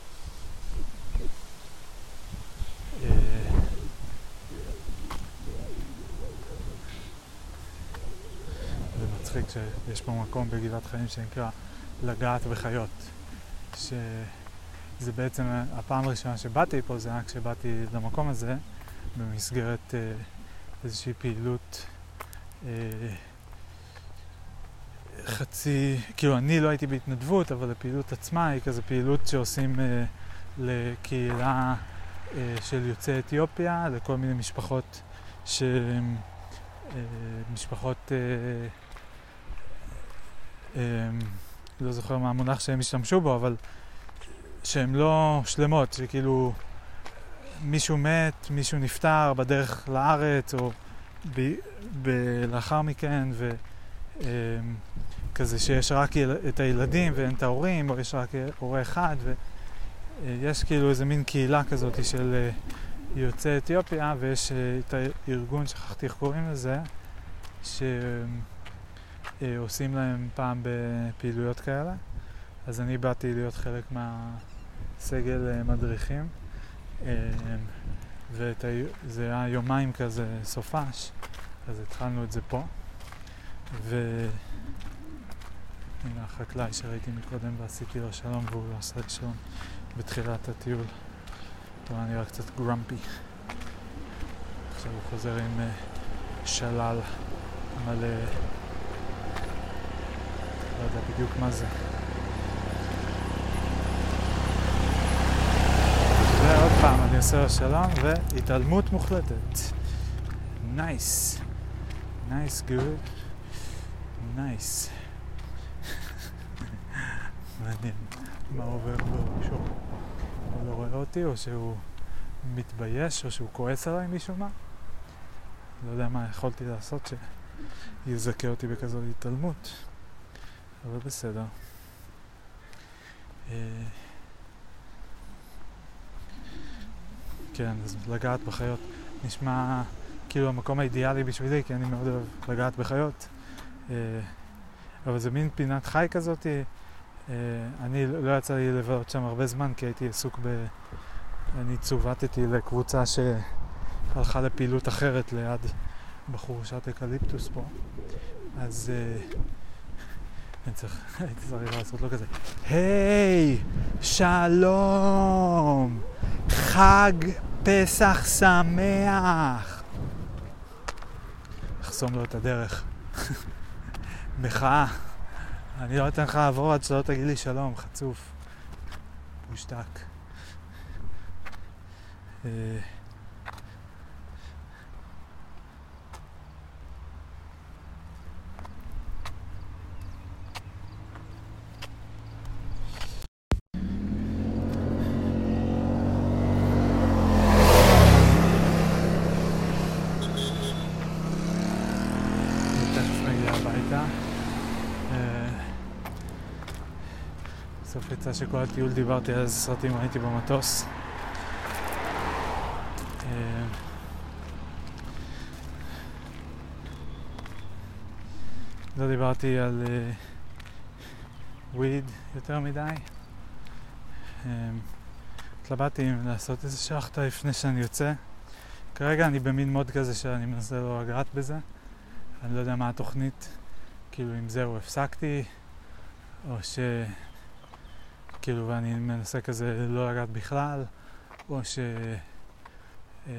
זה מצחיק שיש פה מקום בגבעת חיים שנקרא לגעת בחיות, שזה בעצם הפעם הראשונה שבאתי פה, זה היה כשבאתי למקום הזה במסגרת איזושהי פעילות חצי, כאילו אני לא הייתי בהתנדבות, אבל הפעילות עצמה היא כזה פעילות שעושים לקהילה של יוצאי אתיופיה, לכל מיני משפחות ש... משפחות לא זוכר מה המונח שהם השתמשו בו, אבל שהן לא שלמות, שכאילו מישהו מת, מישהו נפטר בדרך לארץ או ב... ב... לאחר מכן, וכזה שיש רק את הילדים ואין את ההורים, או יש רק הורה אחד, ויש כאילו איזה מין קהילה כזאת של יוצאי אתיופיה, ויש את הארגון, שכחתי איך קוראים לזה, שעושים להם פעם בפעילויות כאלה. אז אני באתי להיות חלק מהסגל מדריכים, וזה היה יומיים כזה סופש, אז התחלנו את זה פה. והנה החקלאי שראיתי מקודם ועשיתי לו שלום, והוא לא עשה לי שלום בתחילת הטיול. הוא היה נראה קצת גרמפי. עכשיו הוא חוזר עם שלל מלא, לא יודע בדיוק מה זה. ועוד פעם אני עושה לו שלום והתעלמות מוחלטת. נייס. נייס גוד. נייס. מעניין מה עובר בו שוב. הוא לא רואה אותי, או שהוא מתבייש, או שהוא כועס עליי משהו מה. לא יודע מה יכולתי לעשות שיזכה אותי בכזאת התעלמות, אבל בסדר. כן, אז לגעת בחיות נשמע כאילו המקום האידיאלי בשבילי, כי אני מאוד אוהב לגעת בחיות, אבל זה מין פינת חי כזאת. אני לא יצא לי לבלות שם הרבה זמן, כי הייתי עסוק ב... אני צוותתי לקבוצה שהלכה לפעילות אחרת ליד בחורשת אקליפטוס פה, אז אני צריך, הייתי צריך לעשות לו כזה, היי, שלום, חג פסח שמח. לחסום לו את הדרך. מחאה. אני לא אתן לך לעבור עד שלא תגיד לי שלום, חצוף. מושתק. בסוף יצא שכל הטיול דיברתי על איזה סרטים ראיתי במטוס. לא דיברתי על וויד uh, יותר מדי. Um, התלבטתי אם לעשות איזה שחטה לפני שאני יוצא. כרגע אני במין מוד כזה שאני מנסה לא לגעת בזה. אני לא יודע מה התוכנית, כאילו אם זהו הפסקתי, או ש... כאילו ואני מנסה כזה לא לגעת בכלל, או ש... Um,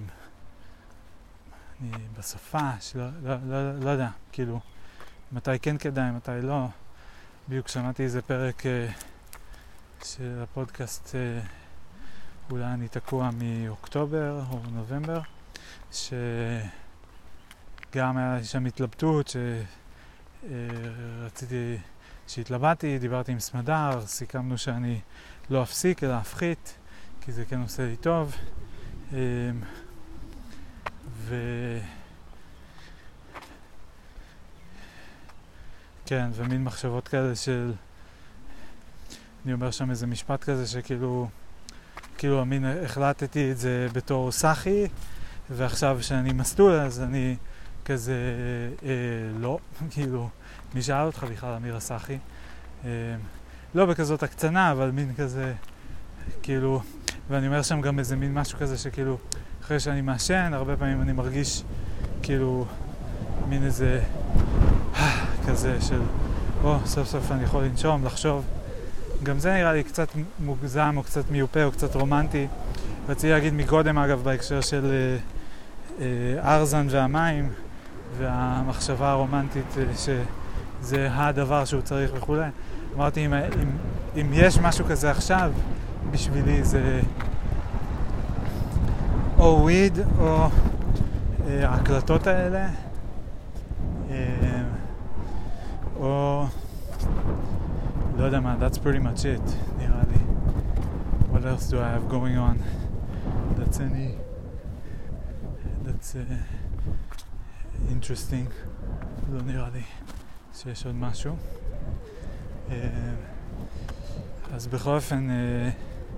אני בסופה, שלא, לא, לא, לא יודע, כאילו, מתי כן כדאי, מתי לא. בדיוק שמעתי איזה פרק uh, של הפודקאסט, uh, אולי אני תקוע מאוקטובר או נובמבר, שגם היה שם התלבטות, שרציתי, uh, שהתלבטתי, דיברתי עם סמדר, סיכמנו שאני לא אפסיק אלא אפחית, כי זה כן עושה לי טוב. Um, ו... כן, ומין מחשבות כאלה של... אני אומר שם איזה משפט כזה שכאילו... כאילו, אמין, החלטתי את זה בתור סחי, ועכשיו שאני מסטול, אז אני כזה... אה, לא, כאילו... מי שאל אותך בכלל, אמיר הסחי? אה, לא בכזאת הקצנה, אבל מין כזה... כאילו... ואני אומר שם גם איזה מין משהו כזה שכאילו... אחרי שאני מעשן, הרבה פעמים אני מרגיש כאילו מין איזה כזה של או, סוף סוף אני יכול לנשום, לחשוב. גם זה נראה לי קצת מוגזם או קצת מיופה או קצת רומנטי. רציתי להגיד מקודם אגב בהקשר של אה, אה, ארזן והמים והמחשבה הרומנטית אה, שזה הדבר שהוא צריך וכו'. אמרתי אם, אם, אם יש משהו כזה עכשיו בשבילי זה או וויד, או אה, ההקלטות האלה, אה, או לא יודע מה, that's pretty much it, נראה לי. What else do I have going on? That's any... That's uh, interesting. לא נראה לי שיש עוד משהו. אה, אז בכל אופן... אה,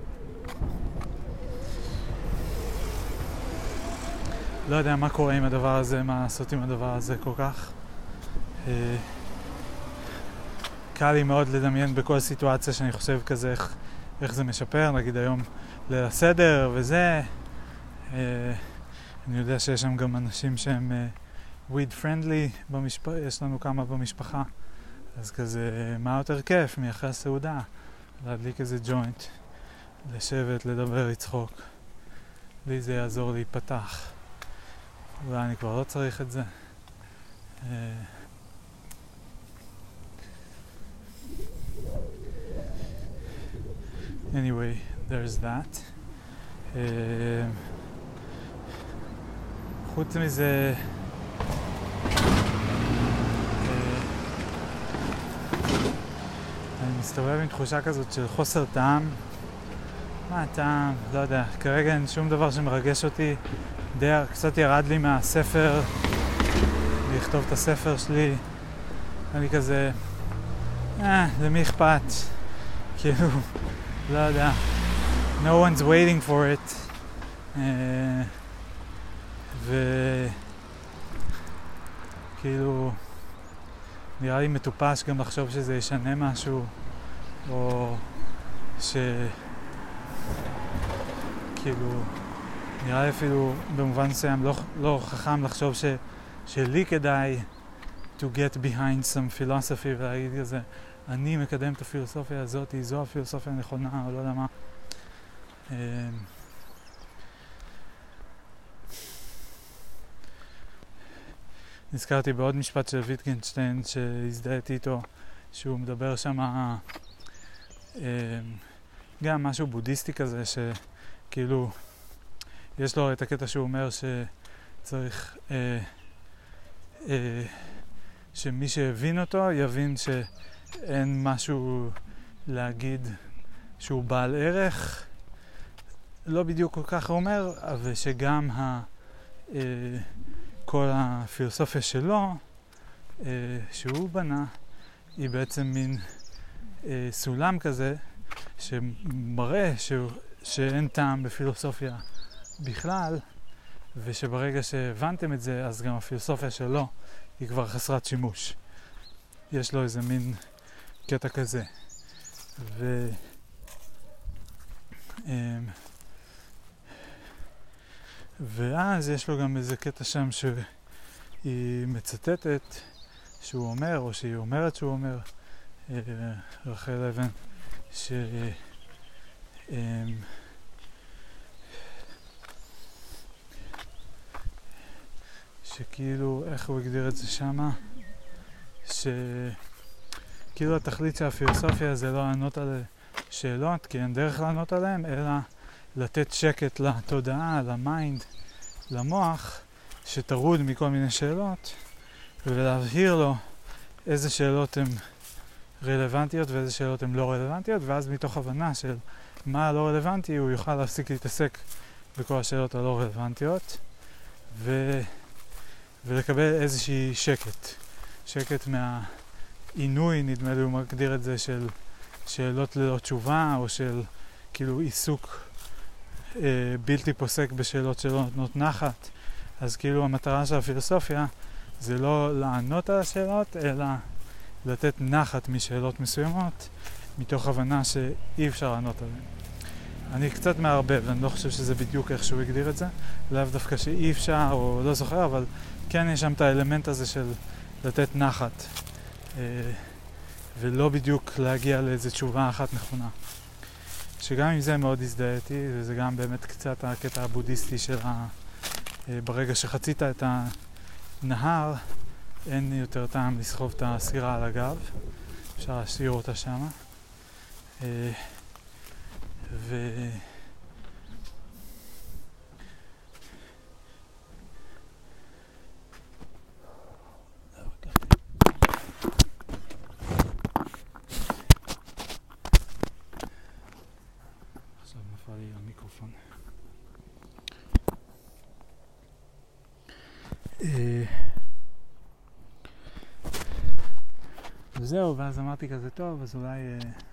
לא יודע מה קורה עם הדבר הזה, מה לעשות עם הדבר הזה כל כך. אה, קל לי מאוד לדמיין בכל סיטואציה שאני חושב כזה איך, איך זה משפר, נגיד היום ליל הסדר וזה. אה, אני יודע שיש שם גם אנשים שהם אה, weed friendly, במשפ... יש לנו כמה במשפחה. אז כזה, מה יותר כיף מאחרי הסעודה? להדליק איזה ג'וינט, לשבת, לדבר, לצחוק. לי זה יעזור להיפתח. אולי אני כבר לא צריך את זה. Uh, anyway, there's that. Uh, חוץ מזה... Uh, אני מסתובב עם תחושה כזאת של חוסר טעם. מה הטעם? לא יודע. כרגע אין שום דבר שמרגש אותי. די, קצת ירד לי מהספר, לכתוב את הספר שלי. אני כזה, אה, למי אכפת? כאילו, לא יודע. No one's waiting for it. אה, וכאילו, נראה לי מטופש גם לחשוב שזה ישנה משהו, או ש... כאילו... נראה לי אפילו במובן מסוים לא, לא חכם לחשוב ש, שלי כדאי to get behind some philosophy ולהגיד כזה, אני מקדם את הפילוסופיה הזאת, זו הפילוסופיה הנכונה, או לא יודע מה. נזכרתי בעוד משפט של ויטגנשטיין שהזדהיתי איתו, שהוא מדבר שם גם משהו בודהיסטי כזה, שכאילו יש לו את הקטע שהוא אומר שצריך אה, אה, שמי שהבין אותו יבין שאין משהו להגיד שהוא בעל ערך, לא בדיוק כל כך אומר, אבל שגם ה, אה, כל הפילוסופיה שלו אה, שהוא בנה היא בעצם מין אה, סולם כזה שמראה שהוא, שאין טעם בפילוסופיה בכלל, ושברגע שהבנתם את זה אז גם הפילוסופיה שלו היא כבר חסרת שימוש. יש לו איזה מין קטע כזה. ו... ואז יש לו גם איזה קטע שם שהיא מצטטת שהוא אומר, או שהיא אומרת שהוא אומר, רחל אבן, ש... שכאילו, איך הוא הגדיר את זה שמה? שכאילו התכלית של הפילוסופיה זה לא לענות על שאלות, כי אין דרך לענות עליהן, אלא לתת שקט לתודעה, למיינד, למוח, שטרוד מכל מיני שאלות, ולהבהיר לו איזה שאלות הן רלוונטיות ואיזה שאלות הן לא רלוונטיות, ואז מתוך הבנה של מה לא רלוונטי, הוא יוכל להפסיק להתעסק בכל השאלות הלא רלוונטיות, ו... ולקבל איזושהי שקט. שקט מהעינוי, נדמה לי, הוא מגדיר את זה, של שאלות ללא תשובה, או של כאילו עיסוק אה, בלתי פוסק בשאלות שלא נותנות נחת. אז כאילו המטרה של הפילוסופיה זה לא לענות על השאלות, אלא לתת נחת משאלות מסוימות, מתוך הבנה שאי אפשר לענות עליהן. אני קצת מערבב, אני לא חושב שזה בדיוק איך שהוא הגדיר את זה, לאו דווקא שאי אפשר או לא זוכר, אבל כן יש שם את האלמנט הזה של לתת נחת, אה, ולא בדיוק להגיע לאיזו תשובה אחת נכונה. שגם עם זה מאוד הזדהיתי, וזה גם באמת קצת הקטע הבודהיסטי של ה... ברגע שחצית את הנהר, אין יותר טעם לסחוב את הסירה על הגב, אפשר להשאיר אותה שמה. ו... עכשיו נפל לי המיקרופון. וזהו, ואז אמרתי כזה טוב, אז אולי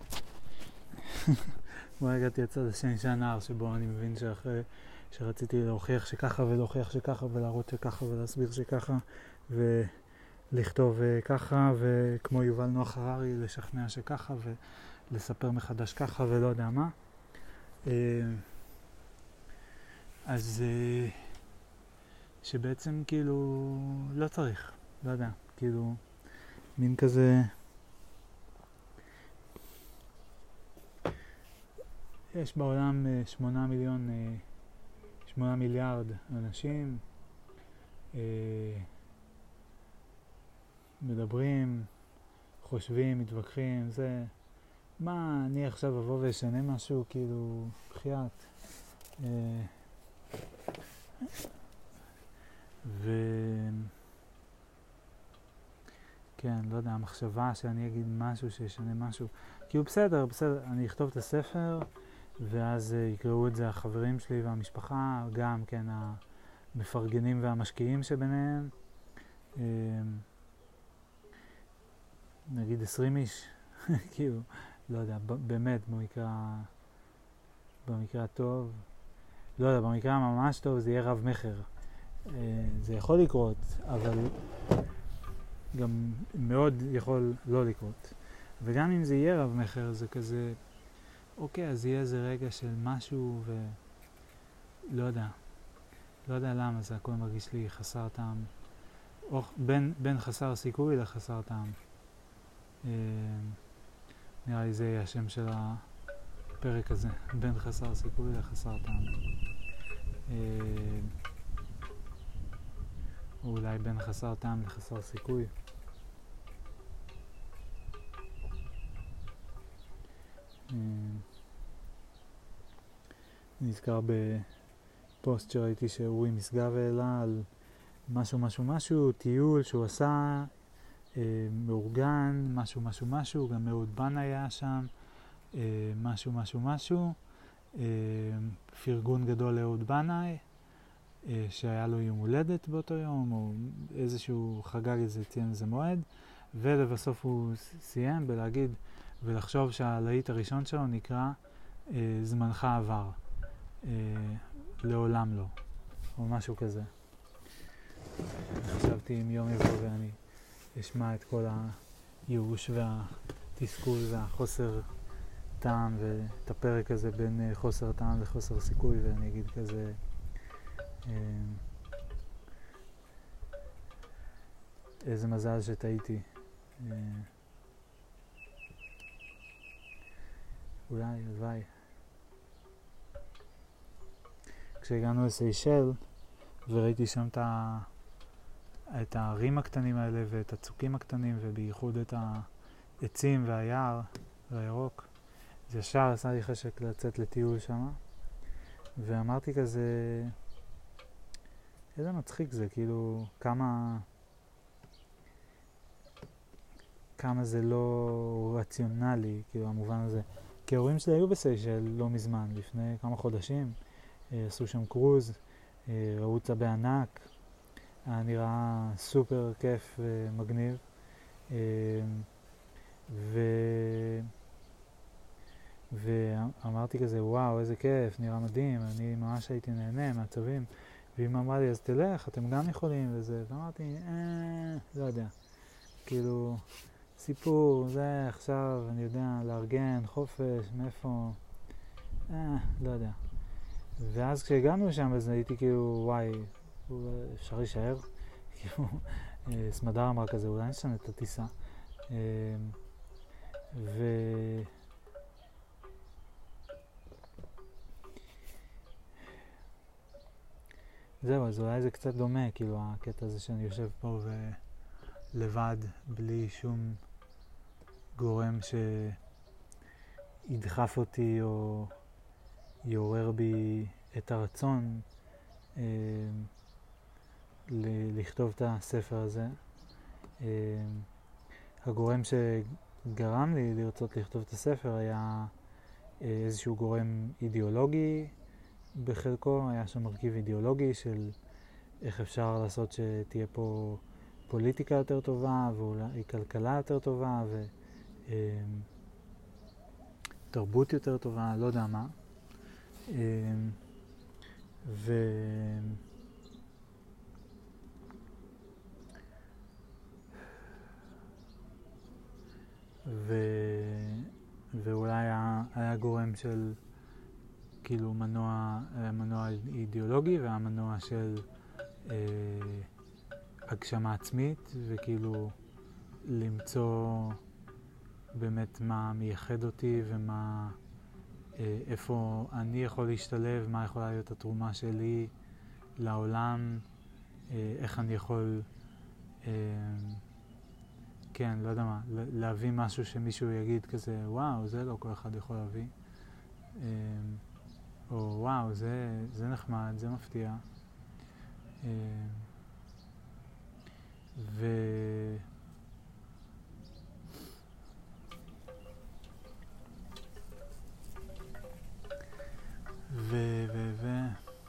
אולי הגעתי לצד השני של הנער, שבו אני מבין שאחרי שרציתי להוכיח שככה ולהוכיח שככה ולהראות שככה ולהסביר שככה ולכתוב ככה, וכמו יובל נוח הררי לשכנע שככה ולספר מחדש ככה ולא יודע מה. אז שבעצם כאילו לא צריך, לא יודע, כאילו מין כזה, יש בעולם שמונה מיליון, שמונה מיליארד אנשים, מדברים, חושבים, מתווכחים, זה, מה, אני עכשיו אבוא וישנה משהו, כאילו, בחייאת. ו... כן, לא יודע, המחשבה שאני אגיד משהו שישנה משהו, כאילו בסדר, בסדר, אני אכתוב את הספר, ואז uh, יקראו את זה החברים שלי והמשפחה, גם כן המפרגנים והמשקיעים שביניהם, uh, נגיד עשרים איש, כאילו, לא יודע, באמת, במקרה, במקרה הטוב, לא יודע, במקרה הממש טוב זה יהיה רב מחר. Uh, זה יכול לקרות, אבל גם מאוד יכול לא לקרות. וגם אם זה יהיה רב מחר, זה כזה, אוקיי, אז יהיה איזה רגע של משהו, ולא יודע. לא יודע למה, זה הכל מרגיש לי חסר טעם. או בין, בין חסר סיכוי לחסר טעם. אה, נראה לי זה יהיה השם של הפרק הזה. בין חסר סיכוי לחסר טעם. אה, או אולי בין חסר טעם לחסר סיכוי. נזכר בפוסט שראיתי שאורי משגב העלה על משהו משהו משהו, טיול שהוא עשה, מאורגן, משהו משהו משהו, גם מאוד בן היה שם, משהו משהו משהו, פרגון גדול לאהוד בנאי, שהיה לו יום הולדת באותו יום, או איזשהו חגג איזה, ציין איזה מועד, ולבסוף הוא סיים בלהגיד ולחשוב שהלהיט הראשון שלו נקרא אה, זמנך עבר, אה, לעולם לא, או משהו כזה. חשבתי אם יום יבוא ואני אשמע את כל הייאוש והתסכול והחוסר טעם, ואת הפרק הזה בין חוסר טעם וחוסר סיכוי, ואני אגיד כזה איזה מזל שטעיתי. אולי, הלוואי. כשהגענו לסיישל וראיתי שם את, ה... את הערים הקטנים האלה ואת הצוקים הקטנים, ובייחוד את העצים והיער והירוק, זה ישר עשה לי חשק לצאת לטיול שם, ואמרתי כזה, איזה מצחיק זה, כאילו כמה כמה זה לא רציונלי, כאילו המובן הזה. כי ההורים שלי היו בסיישל לא מזמן, לפני כמה חודשים, עשו שם קרוז, ראו צבי ענק, היה נראה סופר כיף ומגניב, ו... ואמרתי כזה, וואו, איזה כיף, נראה מדהים, אני ממש הייתי נהנה מהצבים, ואמא אמרה לי, אז תלך, אתם גם יכולים וזה, ואמרתי, אה, לא יודע, כאילו, סיפור, זה עכשיו, אני יודע, לארגן, חופש, מאיפה, אה, לא יודע. ואז כשהגענו שם, אז הייתי כאילו, וואי, אפשר להישאר? כאילו, סמדר אמרה כזה, אולי נשנה את הטיסה. ו... זהו, אז אולי זה קצת דומה, כאילו, הקטע הזה שאני יושב פה ולבד, בלי שום גורם שידחף אותי או יעורר בי את הרצון אה, ל- לכתוב את הספר הזה. אה, הגורם שגרם לי לרצות לכתוב את הספר היה אה, איזשהו גורם אידיאולוגי בחלקו, היה שם מרכיב אידיאולוגי של איך אפשר לעשות שתהיה פה פוליטיקה יותר טובה ואולי כלכלה יותר טובה ותרבות יותר טובה, לא יודע מה. ו... ו... ואולי היה, היה גורם של כאילו מנוע, מנוע אידיאולוגי והמנוע של אה, הגשמה עצמית, וכאילו למצוא באמת מה מייחד אותי ומה, אה, איפה אני יכול להשתלב, מה יכולה להיות התרומה שלי לעולם, אה, איך אני יכול, אה, כן, לא יודע מה, להביא משהו שמישהו יגיד כזה, וואו, זה לא כל אחד יכול להביא. אה, או וואו, זה, זה נחמד, זה מפתיע. ו... ו... ו... ו...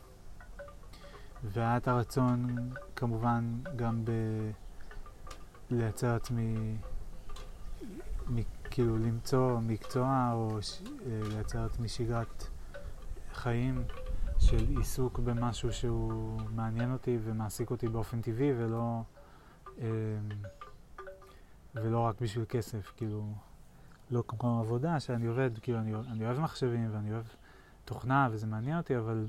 והיה את הרצון כמובן גם ב... לייצר עצמי, כאילו למצוא מקצוע או ש... לייצר עצמי שגרת חיים של עיסוק במשהו שהוא מעניין אותי ומעסיק אותי באופן טבעי, ולא ולא רק בשביל כסף, כאילו לא כמו עבודה שאני עובד, כאילו אני, אני אוהב מחשבים ואני אוהב תוכנה וזה מעניין אותי, אבל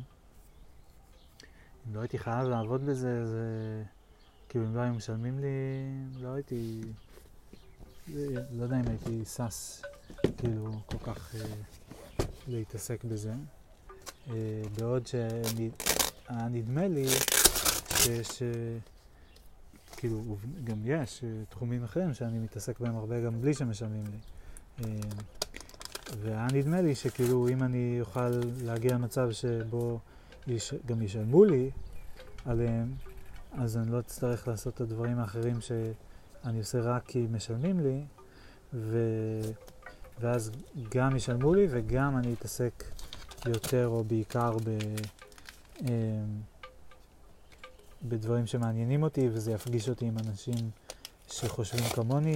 אם לא הייתי חייב לעבוד בזה, זה כאילו אם לא היו משלמים לי, לא הייתי, לא יודע אם הייתי סס כאילו כל כך אה, להתעסק בזה. Uh, בעוד שנדמה לי שיש, כאילו, גם יש תחומים אחרים שאני מתעסק בהם הרבה גם בלי שמשלמים לי. Uh, והיה נדמה לי שכאילו אם אני אוכל להגיע למצב שבו יש, גם ישלמו לי עליהם, אז אני לא אצטרך לעשות את הדברים האחרים שאני עושה רק כי משלמים לי, ו... ואז גם ישלמו לי וגם אני אתעסק יותר או בעיקר ב, אה, בדברים שמעניינים אותי, וזה יפגיש אותי עם אנשים שחושבים כמוני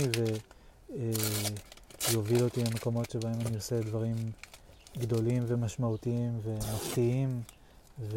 ויוביל אותי למקומות שבהם אני עושה דברים גדולים ומשמעותיים ומפתיעים, ו...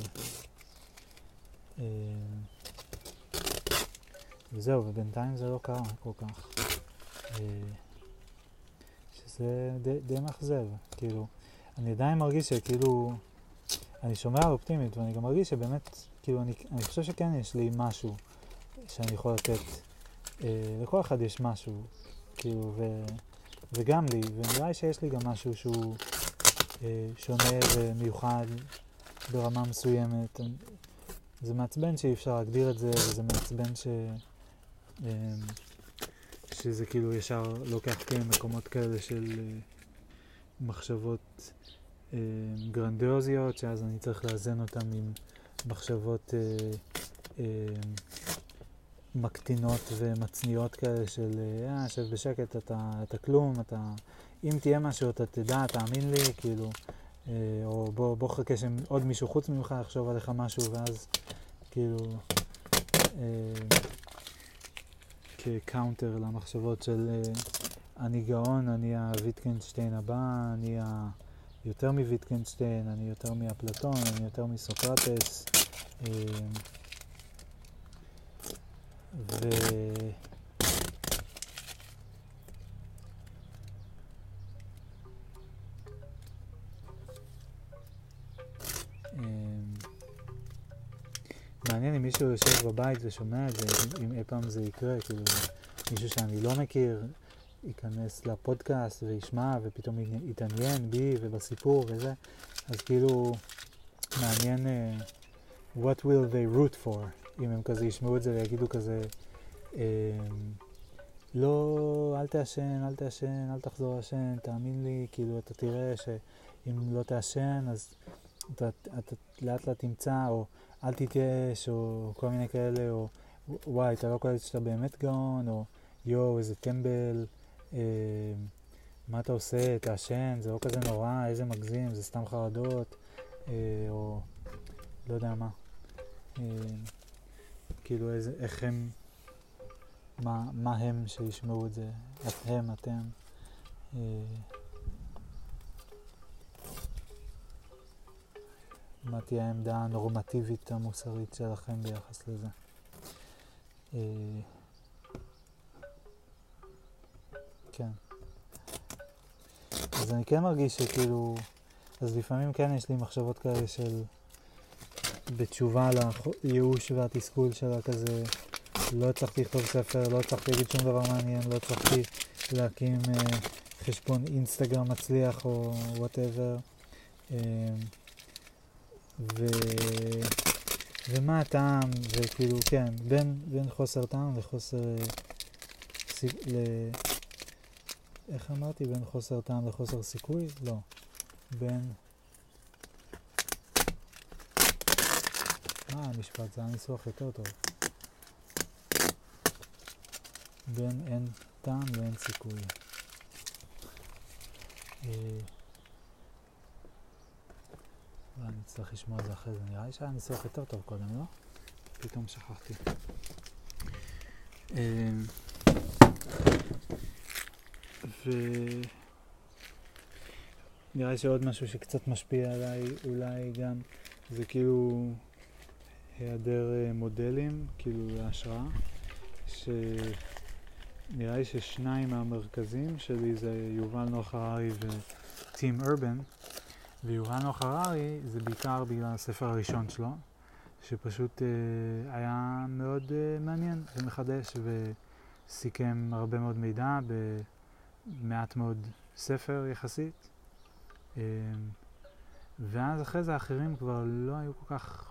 אה, וזהו, ובינתיים זה לא קרה כל כך. שזה די, די מאכזב, כאילו, אני עדיין מרגיש שכאילו, אני שומע על אופטימית, ואני גם מרגיש שבאמת, כאילו, אני, אני חושב שכן יש לי משהו שאני יכול לתת, אה, לכל אחד יש משהו, כאילו, ו, וגם לי, ונראה שיש לי גם משהו שהוא אה, שונה ומיוחד ברמה מסוימת. זה מעצבן שאי אפשר להגדיר את זה, וזה מעצבן ש... אה, שזה כאילו ישר לוקח כאילו מקומות כאלה של אה, מחשבות אה, גרנדיוזיות, שאז אני צריך לאזן אותם עם מחשבות אה, אה, מקטינות ומצניות כאלה של אה, שב בשקט, אתה, אתה כלום, אתה, אם תהיה משהו אתה תדע, תאמין לי, כאילו, אה, או בוא, בוא חכה שעוד מישהו חוץ ממך יחשוב עליך משהו, ואז כאילו אה, כקאונטר למחשבות של אה, אני גאון, אני הוויטקנשטיין הבא, אני ה... יותר מוויטקנשטיין, אני יותר מאפלטון, אני יותר מסוקרטס, אה, ו... מעניין אם מישהו יושב בבית ושומע את זה, אם אי פעם זה יקרה, כאילו מישהו שאני לא מכיר ייכנס לפודקאסט וישמע ופתאום יתעניין בי ובסיפור וזה, אז כאילו מעניין uh, what will they root for, אם הם כזה ישמעו את זה ויגידו כזה um, לא, אל תעשן, אל תעשן, אל תחזור לעשן, תאמין לי, כאילו אתה תראה שאם לא תעשן אז אתה, אתה לאט לאט תמצא, או אל תתייש, או כל מיני כאלה, או וואי, אתה לא קולט שאתה באמת גאון, או יו, איזה טמבל, אה, מה אתה עושה, תעשן, זה לא כזה נורא, איזה מגזים, זה סתם חרדות, אה, או לא יודע מה. אה, כאילו איזה, איך הם, מה, מה הם שישמעו את זה, הם, אתם. אה, מה תהיה העמדה הנורמטיבית המוסרית שלכם ביחס לזה. אה, כן. אז אני כן מרגיש שכאילו, אז לפעמים כן יש לי מחשבות כאלה של בתשובה לייאוש והתסכול שלה כזה, לא הצלחתי לכתוב ספר, לא הצלחתי להגיד שום דבר מעניין, לא הצלחתי להקים אה, חשבון אינסטגרם מצליח או whatever. אה, ו... ומה הטעם, וכאילו, כן, בין, בין חוסר טעם לחוסר... סיק... ל... איך אמרתי? בין חוסר טעם לחוסר סיכוי? לא. בין... מה המשפט? זה הניסוח יותר טוב. בין אין טעם ואין סיכוי. אה... ואני צריך לשמוע את זה אחרי זה. נראה לי שהיה ניסוח יותר טוב קודם, לא? פתאום שכחתי. ו... נראה לי שעוד משהו שקצת משפיע עליי אולי גם זה כאילו היעדר מודלים, כאילו להשראה, שנראה לי ששניים מהמרכזים שלי זה יובל נוח הררי וטים ארבן, ויובל נוח הררי זה בעיקר בגלל הספר הראשון שלו, שפשוט אה, היה מאוד אה, מעניין ומחדש וסיכם הרבה מאוד מידע במעט מאוד ספר יחסית. אה, ואז אחרי זה האחרים כבר לא היו כל כך,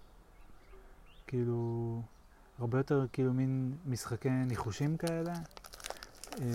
כאילו, הרבה יותר כאילו מין משחקי ניחושים כאלה, אה,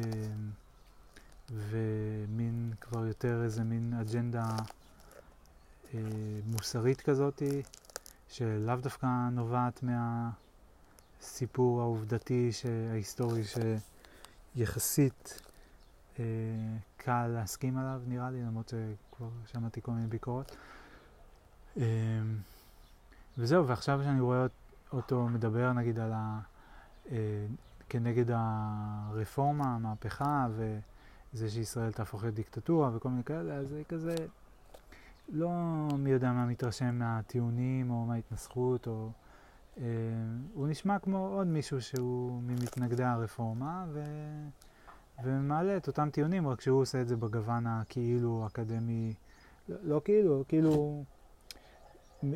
ומין כבר יותר איזה מין אג'נדה אה, מוסרית כזאתי, שלאו דווקא נובעת מהסיפור העובדתי ההיסטורי שיחסית אה, קל להסכים עליו, נראה לי, למרות שכבר שמעתי כל מיני ביקורות. אה, וזהו, ועכשיו שאני רואה אותו מדבר נגיד על ה... אה, כנגד הרפורמה, המהפכה, וזה שישראל תהפוך לדיקטטורה וכל מיני כאלה, אז זה כזה... לא מי יודע מה מתרשם מהטיעונים או מההתנסחות, או... אה, הוא נשמע כמו עוד מישהו שהוא ממתנגדי הרפורמה, ומעלה את אותם טיעונים, רק שהוא עושה את זה בגוון הכאילו אקדמי, לא, לא כאילו, כאילו, מ...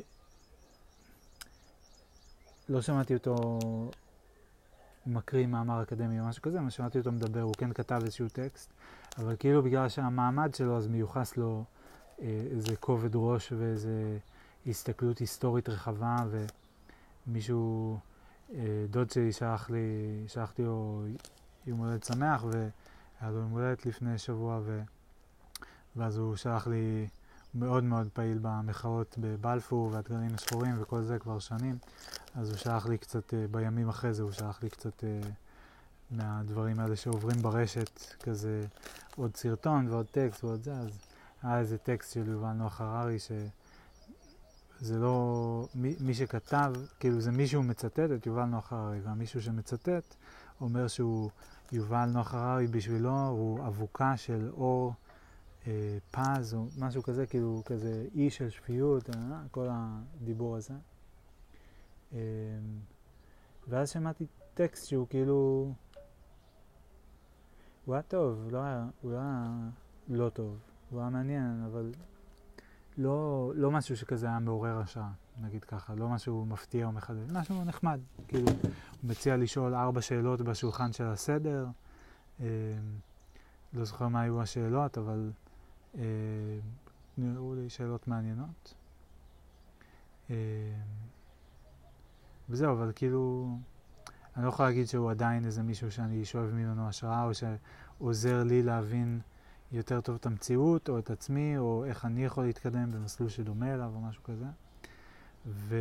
לא שמעתי אותו מקריא מאמר אקדמי או משהו כזה, אבל שמעתי אותו מדבר, הוא כן כתב איזשהו טקסט, אבל כאילו בגלל שהמעמד שלו אז מיוחס לו אה, איזה כובד ראש ואיזה הסתכלות היסטורית רחבה, ומישהו, אה, דוד שלי שלח לי, שלחתי לו יום הולדת שמח, והיה לו יום הולדת לפני שבוע, ו... ואז הוא שלח לי, מאוד מאוד פעיל במחאות בבלפור והדגלים השחורים וכל זה כבר שנים, אז הוא שלח לי קצת, אה, בימים אחרי זה הוא שלח לי קצת אה, מהדברים האלה שעוברים ברשת, כזה עוד סרטון ועוד טקסט ועוד זה, אז היה איזה טקסט של יובל נוח הררי שזה לא, מי, מי שכתב, כאילו זה מישהו מצטט את יובל נוח הררי, והמישהו שמצטט אומר שהוא יובל נוח הררי בשבילו הוא אבוקה של אור אה, פז או משהו כזה, כאילו כזה אי של שפיות, אה, כל הדיבור הזה. אה, ואז שמעתי טקסט שהוא כאילו, הוא היה טוב, הוא לא היה, הוא לא היה לא טוב, הוא היה מעניין, אבל לא, לא משהו שכזה היה מעורר השראה, נגיד ככה, לא משהו מפתיע או מחדש, משהו נחמד, כאילו הוא מציע לשאול ארבע שאלות בשולחן של הסדר, אה, לא זוכר מה היו השאלות, אבל אה, נראו לי שאלות מעניינות. אה, וזהו, אבל כאילו, אני לא יכול להגיד שהוא עדיין איזה מישהו שאני שואב ממנו השראה, או שעוזר לי להבין יותר טוב את המציאות, או את עצמי, או איך אני יכול להתקדם במסלול שדומה אליו, או משהו כזה. ו...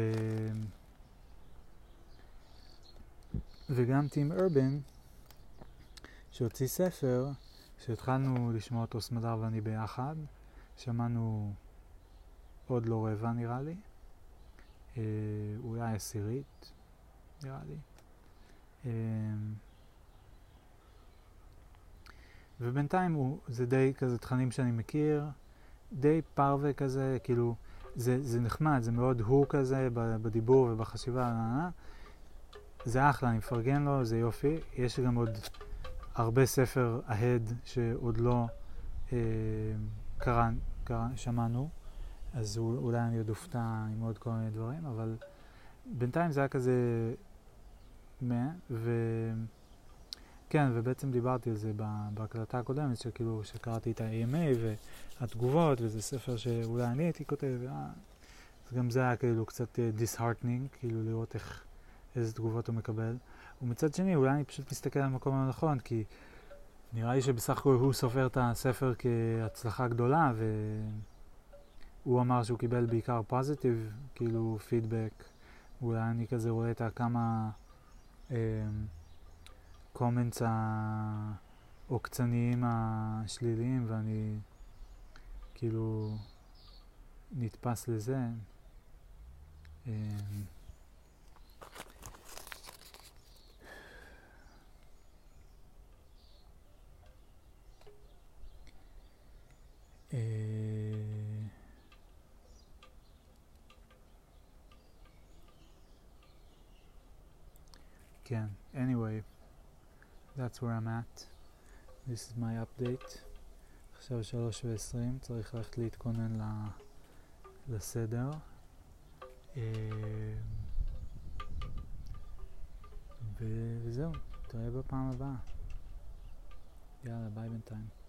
וגם טים ארבן, שהוציא ספר, שהתחלנו לשמוע אותו סמדר ואני ביחד, שמענו עוד לא רבע נראה לי, אה, אולי עשירית נראה לי. אה, ובינתיים הוא, זה די כזה תכנים שאני מכיר, די פרווה כזה, כאילו זה, זה נחמד, זה מאוד הוא כזה בדיבור ובחשיבה, זה אחלה, אני מפרגן לו, זה יופי. יש גם עוד הרבה ספר ההד שעוד לא אה, קרא, קרא, שמענו, אז אולי אני עוד אופתע עם עוד כל מיני דברים, אבל בינתיים זה היה כזה מה, ו... כן, ובעצם דיברתי על זה בהקלטה הקודמת, שכאילו שקראתי את ה-A M A והתגובות, וזה ספר שאולי אני הייתי כותב, אז גם זה היה כאילו קצת disheartening, כאילו לראות איך, איזה תגובות הוא מקבל. ומצד שני, אולי אני פשוט מסתכל על המקום הנכון, כי נראה לי שבסך הכל הוא סופר את הספר כהצלחה גדולה, והוא אמר שהוא קיבל בעיקר פוזיטיב, כאילו פידבק. אולי אני כזה רואה את הכמה קומנטס העוקצניים השליליים, ואני כאילו נתפס לזה. כן, anyway, that's where I'm at. This is my update. עכשיו שלוש ועשרים, צריך ללכת להתכונן לסדר. וזהו, תראה בפעם הבאה. יאללה, ביי בינתיים.